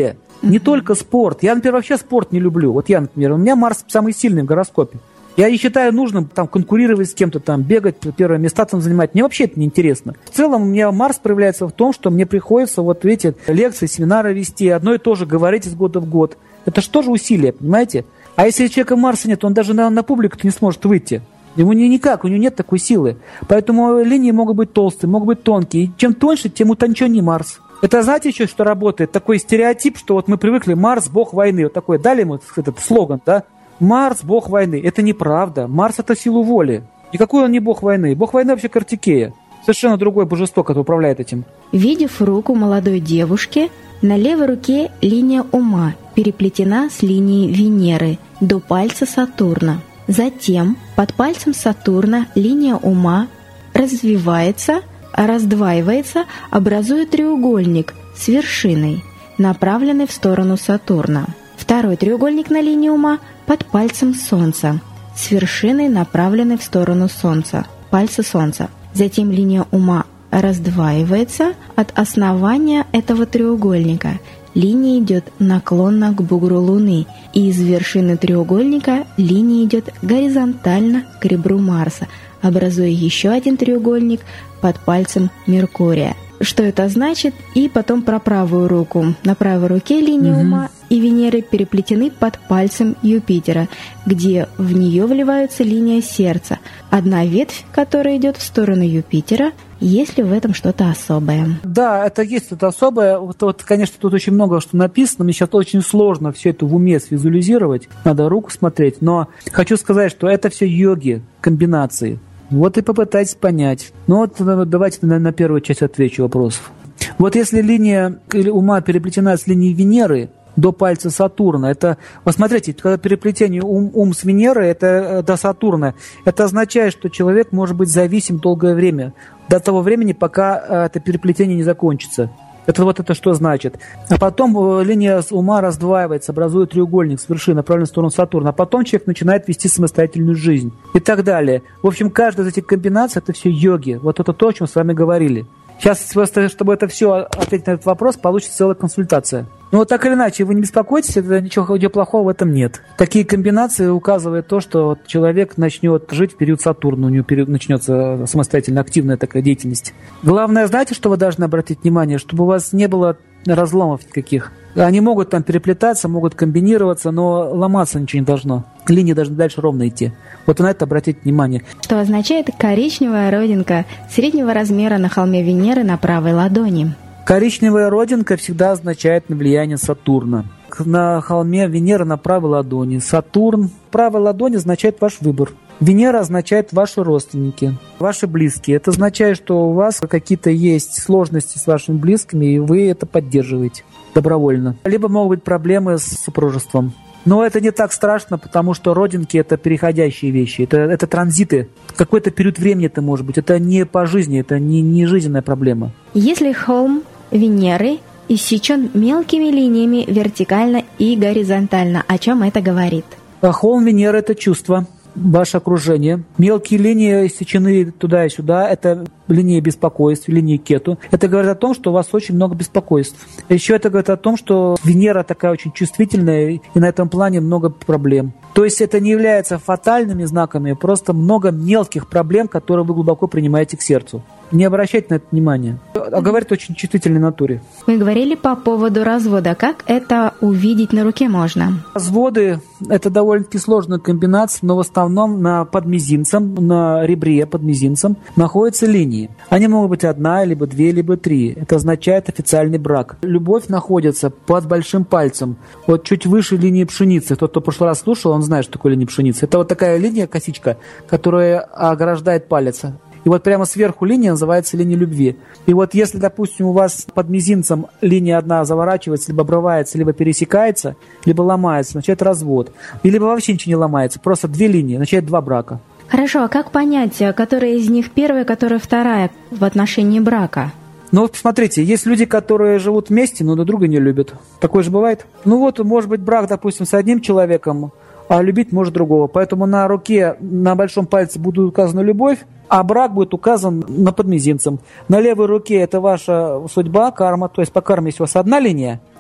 Speaker 3: Не только спорт. Я, например, вообще спорт не люблю. Вот я, например, у меня Марс самый сильный в гороскопе. Я не считаю нужным там конкурировать с кем-то, там бегать, первые места там занимать. Мне вообще это не интересно. В целом у меня Марс проявляется в том, что мне приходится вот видите, лекции, семинары вести, одно и то же говорить из года в год. Это же тоже усилие, понимаете? А если у человека Марса нет, он даже на публику-то не сможет выйти. Ему никак, у него нет такой силы. Поэтому линии могут быть толстые, могут быть тонкие. И чем тоньше, тем утонченнее Марс. Это знаете еще, что работает? Такой стереотип, что вот мы привыкли, Марс – бог войны. Вот такой, дали ему этот слоган, да? Марс – бог войны. Это неправда. Марс – это силу воли. Никакой он не бог войны. Бог войны вообще Картикея. Совершенно другое божество, которое управляет этим.
Speaker 2: Видев руку молодой девушки, на левой руке линия ума переплетена с линией Венеры до пальца Сатурна. Затем под пальцем Сатурна линия ума развивается, раздваивается, образуя треугольник с вершиной, направленной в сторону Сатурна. Второй треугольник на линии ума под пальцем Солнца, с вершиной, направленной в сторону Солнца, пальца Солнца. Затем линия ума раздваивается от основания этого треугольника. Линия идет наклонно к бугру Луны, и из вершины треугольника линия идет горизонтально к ребру Марса, образуя еще один треугольник под пальцем Меркурия. Что это значит? И потом про правую руку. На правой руке линии ума и Венеры переплетены под пальцем Юпитера, где в нее вливается линия сердца. Одна ветвь, которая идет в сторону Юпитера. Есть ли в этом что-то особое?
Speaker 3: Да, это есть что-то особое. Вот, конечно, тут очень много что написано. Мне сейчас очень сложно все это в уме свизуализировать. Надо руку смотреть. Но хочу сказать, что это все йоги, комбинации. Вот и попытайтесь понять. Ну вот давайте на первую часть отвечу вопросов. Вот если линия ума переплетена с линией Венеры до пальца Сатурна, это, вот смотрите, когда переплетение ум с Венерой, это до Сатурна, это означает, что человек может быть зависим долгое время, до того времени, пока это переплетение не закончится. Это вот это что значит? А потом линия ума раздваивается, образует треугольник с вершины, направленной в сторону Сатурна. А потом человек начинает вести самостоятельную жизнь. И так далее. В общем, каждая из этих комбинаций – это все йоги. Вот это то, о чем с вами говорили. Сейчас просто, чтобы это все ответить на этот вопрос, получится целая консультация. Но вот так или иначе, вы не беспокойтесь, это ничего плохого в этом нет. Такие комбинации указывают то, что человек начнет жить в период Сатурна, у него начнется самостоятельно активная такая деятельность. Главное, знаете, что вы должны обратить внимание, чтобы у вас не было разломов никаких. Они могут там переплетаться, могут комбинироваться, но ломаться ничего не должно. Линии должны дальше ровно идти. Вот на это обратите внимание.
Speaker 2: Что означает коричневая родинка среднего размера на холме Венеры на правой ладони?
Speaker 3: Коричневая родинка всегда означает влияние Сатурна. На холме Венеры на правой ладони. Сатурн в правой ладони означает ваш выбор. Венера означает ваши родственники, ваши близкие. Это означает, что у вас какие-то есть сложности с вашими близкими, и вы это поддерживаете добровольно. Либо могут быть проблемы с супружеством. Но это не так страшно, потому что родинки – это переходящие вещи, это транзиты. Какой-то период времени это может быть. Это не по жизни, это не жизненная проблема.
Speaker 2: Если холм Венеры иссечен мелкими линиями вертикально и горизонтально, о чем это говорит?
Speaker 3: А холм Венеры – это чувство, ваше окружение. Мелкие линии иссечены туда и сюда. Это линии беспокойств, линии Кету. Это говорит о том, что у вас очень много беспокойств. Еще это говорит о том, что Венера такая очень чувствительная, и на этом плане много проблем. То есть это не является фатальными знаками, просто много мелких проблем, которые вы глубоко принимаете к сердцу. Не обращайте на это внимания. А говорит о очень чувствительной натуре.
Speaker 2: Мы говорили по поводу развода. Как это увидеть на руке можно?
Speaker 3: Разводы – это довольно-таки сложная комбинация, но в основном под мизинцем, на ребре под мизинцем находятся линии. Они могут быть одна, либо две, либо три. Это означает официальный брак. Любовь находится под большим пальцем, вот чуть выше линии пшеницы. Тот, кто в прошлый раз слушал, он знает, что такое линия пшеницы. Это вот такая линия, косичка, которая ограждает палец. И вот прямо сверху линия называется линия любви. И вот если, допустим, у вас под мизинцем линия одна заворачивается, либо обрывается, либо пересекается, либо ломается, начинает развод. И либо вообще ничего не ломается, просто две линии, начинает два брака.
Speaker 2: Хорошо, а как понять, которая из них первая, которая вторая в отношении брака?
Speaker 3: Ну вот посмотрите, есть люди, которые живут вместе, но друг друга не любят. Такое же бывает. Ну вот, может быть, брак, допустим, с одним человеком, а любить может другого. Поэтому на руке, на большом пальце будет указана любовь, а брак будет указан под мизинцем. На левой руке это ваша судьба, карма, то есть по карме есть у вас одна линия,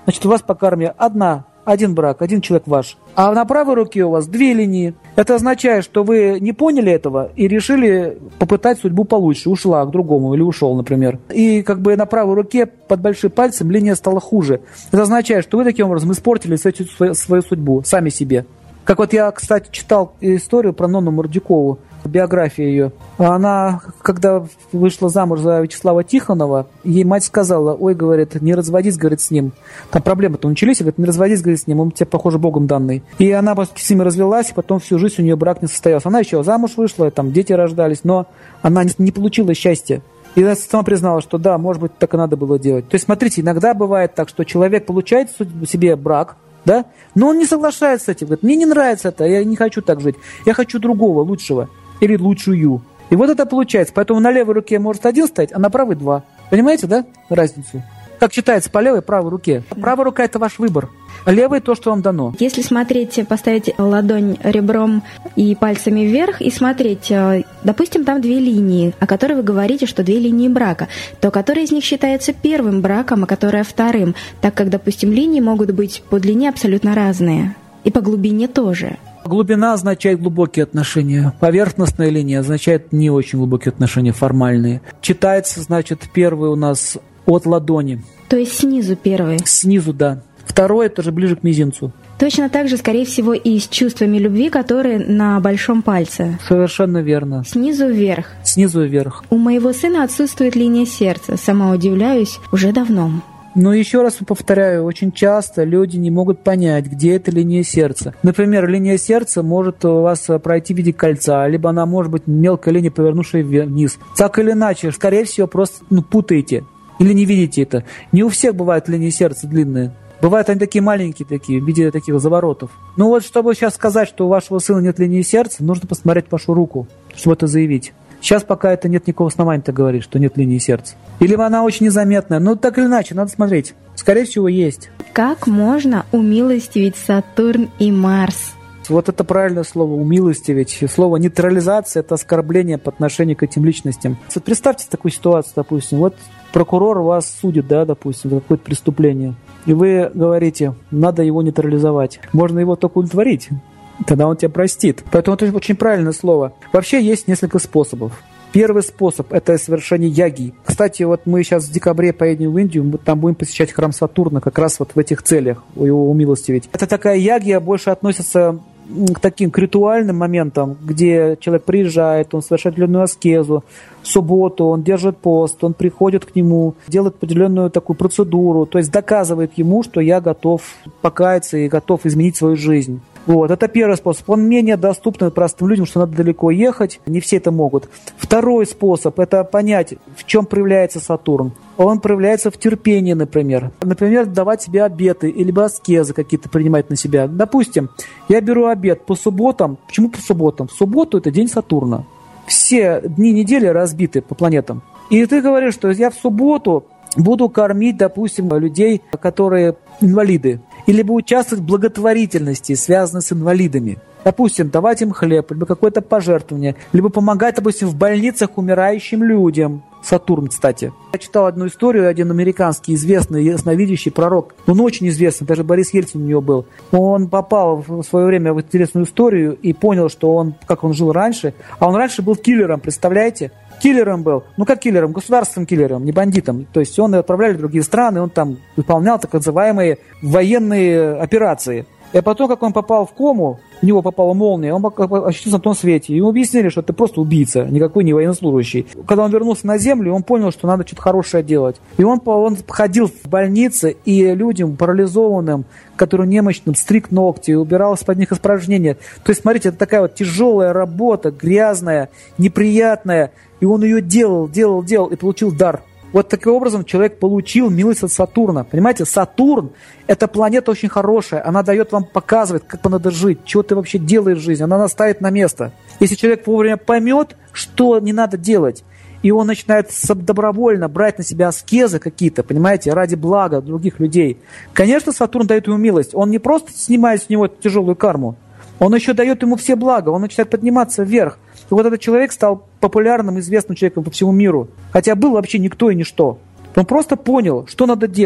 Speaker 3: Значит, у вас по карме один брак, один человек ваш. А на правой руке у вас 2 линии. Это означает, что вы не поняли этого и решили попытать судьбу получше. Ушла к другому или ушел, например. И как бы на правой руке под большим пальцем линия стала хуже. Это означает, что вы таким образом испортили свою судьбу сами себе. Как вот я, кстати, читал историю про Нонну Мордюкову, биографию ее. Она, когда вышла замуж за Вячеслава Тихонова, ей мать сказала: ой, говорит, не разводись, говорит, с ним. Там проблемы-то начались, говорит, не разводись, говорит, с ним, он тебе, похоже, Богом данный. И она с ними развелась, и потом всю жизнь у нее брак не состоялся. Она еще замуж вышла, там дети рождались, но она не получила счастья. И она сама признала, что да, может быть, так и надо было делать. То есть, смотрите, иногда бывает так, что человек получает себе брак, да, но он не соглашается с этим. Говорит, мне не нравится это, я не хочу так жить. Я хочу другого, лучшего. Или лучшую. И вот это получается. Поэтому на левой руке может 1 стоять, а на правой 2. Понимаете, да, разницу? Как читается по левой и правой руке. Правая рука – это ваш выбор, а левая – то, что вам дано.
Speaker 2: Если смотреть, поставить ладонь ребром и пальцами вверх и смотреть, допустим, там 2 линии, о которой вы говорите, что 2 линии брака, то которая из них считается первым браком, а которая вторым, так как, допустим, линии могут быть по длине абсолютно разные. И по глубине тоже.
Speaker 3: Глубина означает глубокие отношения. Поверхностная линия означает не очень глубокие отношения, формальные. Читается, значит, первый у нас от ладони.
Speaker 2: То есть снизу первый?
Speaker 3: Снизу, да. Второй – это же ближе к мизинцу.
Speaker 2: Точно так же, скорее всего, и с чувствами любви, которые на большом пальце.
Speaker 3: Совершенно верно.
Speaker 2: Снизу вверх.
Speaker 3: Снизу вверх.
Speaker 2: У моего сына отсутствует линия сердца. Сама удивляюсь, уже давно.
Speaker 3: Но еще раз повторяю, очень часто люди не могут понять, где эта линия сердца. Например, линия сердца может у вас пройти в виде кольца, либо она может быть мелкая линия, повернувшая вниз. Так или иначе, скорее всего, просто путаете или не видите это. Не у всех бывают линии сердца длинные. Бывают они такие маленькие, в виде таких заворотов. Ну вот, чтобы сейчас сказать, что у вашего сына нет линии сердца, нужно посмотреть вашу руку, чтобы это заявить. Сейчас пока это нет никакого основания так говорить, что нет линии сердца. Или она очень незаметная. Но так или иначе, надо смотреть. Скорее всего, есть. Как можно умилостивить Сатурн и Марс? Вот это правильное слово «умилостивить». Слово «нейтрализация» – это оскорбление по отношению к этим личностям. Вот представьте такую ситуацию, допустим. Вот прокурор вас судит, да, допустим, за какое-то преступление. И вы говорите, надо его нейтрализовать. Можно его только удовлетворить. Тогда он тебя простит. Поэтому это очень правильное слово. Вообще есть несколько способов. Первый способ – это совершение яги. Кстати, вот мы сейчас в декабре поедем в Индию, мы там будем посещать храм Сатурна как раз вот в этих целях, его умилостивить. Это такая ягия больше относится к таким к ритуальным моментам, где человек приезжает, он совершает определенную аскезу, в субботу он держит пост, он приходит к нему, делает определенную такую процедуру, то есть доказывает ему, что я готов покаяться и готов изменить свою жизнь. Вот, это первый способ. Он менее доступный простым людям, что надо далеко ехать. Не все это могут. Второй способ – это понять, в чем проявляется Сатурн. Он проявляется в терпении, например. Например, давать себе обеты, либо аскезы какие-то принимать на себя. Допустим, я беру обет по субботам. Почему по субботам? В субботу – это день Сатурна. Все дни недели разбиты по планетам. И ты говоришь, что я в субботу буду кормить, допустим, людей, которые инвалиды. Или бы участвовать в благотворительности, связанной с инвалидами. Допустим, давать им хлеб, либо какое-то пожертвование, либо помогать, допустим, в больницах умирающим людям. Сатурн, кстати. Я читал одну историю, один американский известный ясновидящий пророк, он очень известный, даже Борис Ельцин у него был. Он попал в свое время в интересную историю и понял, что как он жил раньше, а он раньше был киллером, представляете? Киллером был. Ну как киллером? Государственным киллером, не бандитом. То есть он отправляли в другие страны, он там выполнял так называемые военные операции. И потом, как он попал в кому, в него попала молния, он очутился на том свете. Ему объяснили, что ты просто убийца, никакой не военнослужащий. Когда он вернулся на землю, он понял, что надо что-то хорошее делать. И он ходил в больницы, и людям парализованным, которым немощным, стриг ногти, убирал из-под них испражнения. То есть, смотрите, это такая вот тяжелая работа, грязная, неприятная. И он ее делал и получил дар. Вот таким образом человек получил милость от Сатурна. Понимаете, Сатурн – это планета очень хорошая. Она дает вам показывать, как надо жить, что ты вообще делаешь в жизни. Она нас ставит на место. Если человек вовремя поймет, что не надо делать, и он начинает добровольно брать на себя аскезы какие-то, понимаете, ради блага других людей, конечно, Сатурн дает ему милость. Он не просто снимает с него эту тяжелую карму, он еще дает ему все блага, он начинает подниматься вверх. И вот этот человек стал популярным, известным человеком по всему миру. Хотя был вообще никто и ничто. Он просто понял, что надо делать.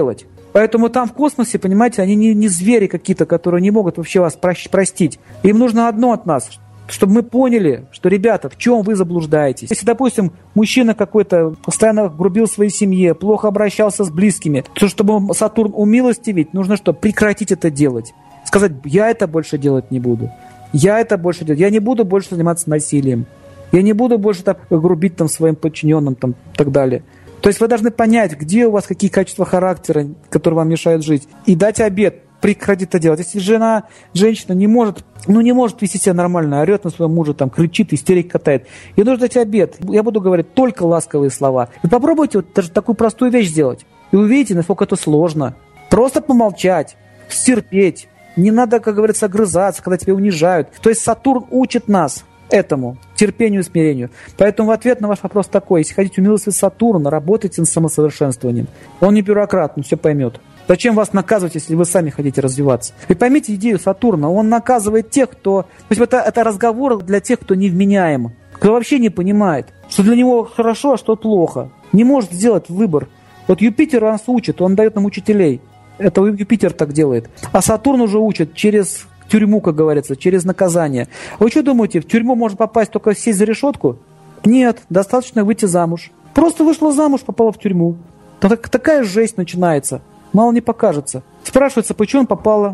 Speaker 3: Поэтому там в космосе, понимаете, они не звери какие-то, которые не могут вообще вас простить. Им нужно одно от нас, чтобы мы поняли, что, ребята, в чем вы заблуждаетесь. Если, допустим, мужчина какой-то постоянно грубил своей семье, плохо обращался с близкими, то чтобы Сатурн умилостивить, нужно что? Прекратить это делать. Сказать, я это больше делать не буду. Я не буду больше заниматься насилием. Я не буду больше так грубить там, своим подчиненным там, и так далее. То есть вы должны понять, где у вас какие качества характера, которые вам мешают жить, и дать обет прекратить это делать. Если женщина не может вести себя нормально, орет на своего мужа, там, кричит, истерик катает, ей нужно дать обет. Я буду говорить только ласковые слова. И попробуйте вот даже такую простую вещь сделать. И увидите, насколько это сложно. Просто помолчать, стерпеть. Не надо, как говорится, огрызаться, когда тебя унижают. То есть Сатурн учит нас этому, терпению и смирению. Поэтому в ответ на ваш вопрос такой: если хотите умилостивить Сатурна, работайте над самосовершенствованием. Он не бюрократ, он все поймет. Зачем вас наказывать, если вы сами хотите развиваться? И поймите идею Сатурна. Он наказывает тех, кто... То есть это разговор для тех, кто невменяем, кто вообще не понимает, что для него хорошо, а что плохо. Не может сделать выбор. Вот Юпитер нас учит, он дает нам учителей. Это Юпитер так делает. А Сатурн уже учит через тюрьму, как говорится, через наказание. Вы что думаете, в тюрьму можно попасть только сесть за решетку? Нет, достаточно выйти замуж. Просто вышла замуж, попала в тюрьму. Такая жесть начинается. Мало не покажется. Спрашивается, почему она попала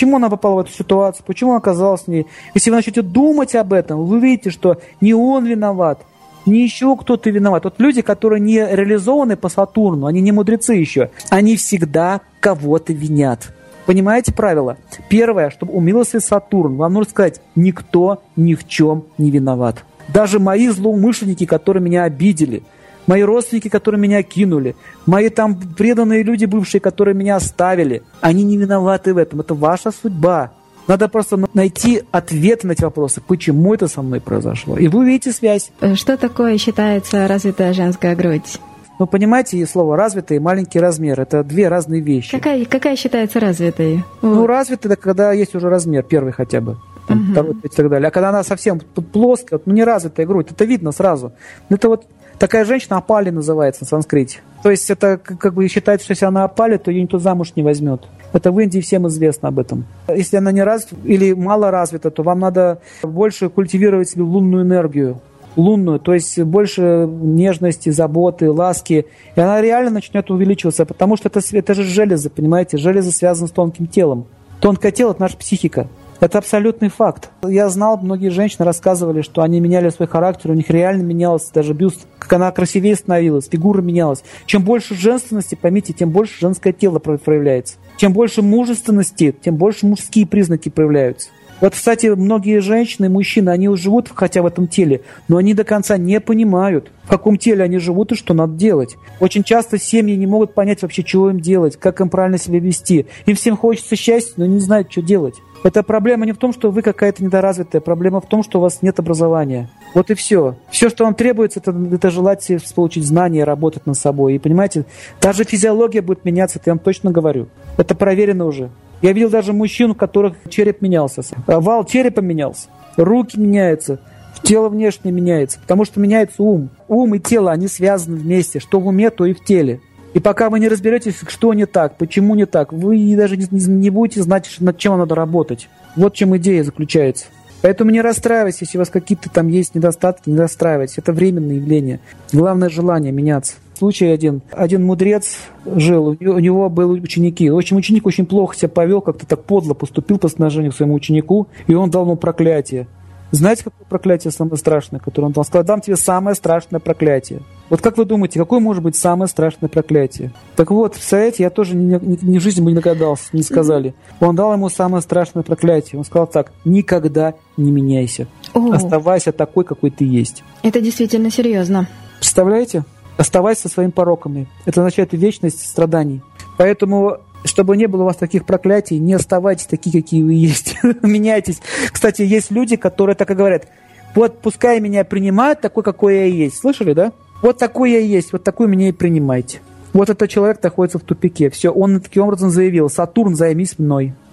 Speaker 3: в эту ситуацию, почему она оказалась в ней. Если вы начнете думать об этом, вы увидите, что не он виноват, не еще кто-то виноват. Вот люди, которые не реализованы по Сатурну, они не мудрецы еще, они всегда кого-то винят. Понимаете правило? Первое, чтобы умилостивить Сатурн, вам нужно сказать, никто ни в чем не виноват. Даже мои злоумышленники, которые меня обидели, мои родственники, которые меня кинули, мои там преданные люди бывшие, которые меня оставили, они не виноваты в этом. Это ваша судьба. Надо просто найти ответы на эти вопросы, почему это со мной произошло. И вы увидите связь.
Speaker 2: Что такое считается развитая женская грудь?
Speaker 3: Ну, понимаете, слово «развитый» и «маленький размер» — это две разные вещи.
Speaker 2: Какая считается развитой?
Speaker 3: Ну, развитый — это когда есть уже размер, первый хотя бы. Там, второй, и так далее. А когда она совсем плоская, не развитая грудь, это видно сразу. Это вот такая женщина апали называется на санскрите. То есть это как бы считается, что если она апали, то ее никто замуж не возьмет. Это в Индии всем известно об этом. Если она не развита или мало развита, то вам надо больше культивировать себе лунную энергию. Лунную, то есть больше нежности, заботы, ласки. И она реально начнет увеличиваться, потому что это же железо, понимаете? Железо связано с тонким телом. Тонкое тело – это наша психика. Это абсолютный факт. Я знал, многие женщины рассказывали, что они меняли свой характер, у них реально менялся даже бюст, как она красивее становилась, фигура менялась. Чем больше женственности, поймите, тем больше женское тело проявляется. Чем больше мужественности, тем больше мужские признаки проявляются. Вот, кстати, многие женщины и мужчины, они живут хотя в этом теле, но они до конца не понимают, в каком теле они живут и что надо делать. Очень часто семьи не могут понять вообще, чего им делать, как им правильно себя вести. Им всем хочется счастья, но не знают, что делать. Эта проблема не в том, что вы какая-то недоразвитая, проблема в том, что у вас нет образования. Вот и все. Все, что вам требуется, это желать получить знания, работать над собой. И понимаете, даже физиология будет меняться, это я вам точно говорю. Это проверено уже. Я видел даже мужчин, у которых череп менялся. Вал черепа менялся, руки меняются, тело внешне меняется, потому что меняется ум. Ум и тело, они связаны вместе, что в уме, то и в теле. И пока вы не разберетесь, что не так, почему не так, вы даже не будете знать, над чем надо работать. Вот в чем идея заключается. Поэтому не расстраивайтесь, если у вас какие-то там есть недостатки, не расстраивайтесь. Это временное явление. Главное желание меняться. Случай один мудрец жил, у него были ученики. В общем, ученик очень плохо себя повел, как-то так подло поступил по отношению к своему ученику, и он дал ему проклятие. Знаете, какое проклятие самое страшное, которое он дал? Он сказал: дам тебе самое страшное проклятие. Вот как вы думаете, какое может быть самое страшное проклятие? Так вот, представляете, я тоже ни в жизни бы не догадался, не сказали. Он дал ему самое страшное проклятие. Он сказал так: никогда не меняйся. Оставайся такой, какой ты есть.
Speaker 2: Это действительно серьезно.
Speaker 3: Представляете? Оставайся со своими пороками. Это означает вечность страданий. Поэтому, чтобы не было у вас таких проклятий, не оставайтесь такие, какие вы есть. Меняйтесь. Кстати, есть люди, которые так и говорят: вот пускай меня принимают такой, какой я есть. Слышали, да? Вот такой я есть, вот такой меня и принимайте. Вот этот человек находится в тупике. Все, он таким образом заявил: Сатурн, займись мной.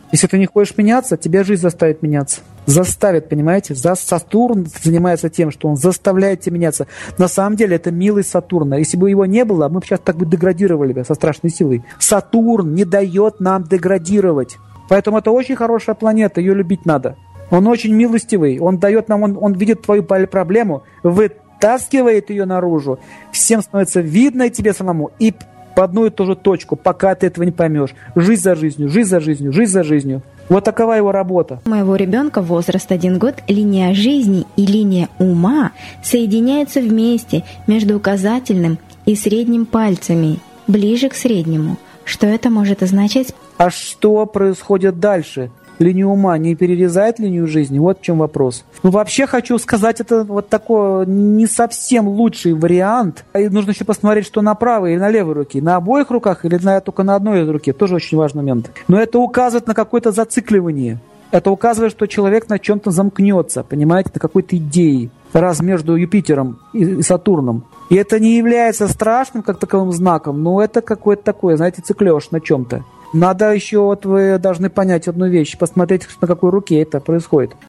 Speaker 3: Если ты не хочешь меняться, тебя жизнь заставит меняться. Заставит, понимаете? Сатурн занимается тем, что он заставляет тебя меняться. На самом деле это милость Сатурна. Если бы его не было, мы бы сейчас так бы деградировали бы со страшной силой. Сатурн не дает нам деградировать. Поэтому это очень хорошая планета, ее любить надо. Он очень милостивый, он дает нам, он видит твою проблему, вытаскивает ее наружу, всем становится видно тебе самому, и по одну и ту же точку, пока ты этого не поймешь. Жизнь за жизнью, жизнь за жизнью, жизнь за жизнью. Вот такова его работа.
Speaker 2: У моего ребенка возраст 1 год, линия жизни и линия ума соединяются вместе между указательным и средним пальцами, ближе к среднему. Что это может означать?
Speaker 3: А что происходит дальше? Линию ума не перерезает линию жизни? Вот в чем вопрос. Ну, вообще хочу сказать, это вот такой не совсем лучший вариант. И нужно еще посмотреть, что на правой или на левой руке. На обоих руках или только на одной из руки. Тоже очень важный момент. Но это указывает на какое-то зацикливание. Это указывает, что человек на чем-то замкнется, понимаете, на какой-то идее. Раз между Юпитером и Сатурном. И это не является страшным как таковым знаком, но это какое-то такое, знаете, циклёж на чем-то. Надо еще, вот вы должны понять одну вещь, посмотреть, на какой руке это происходит.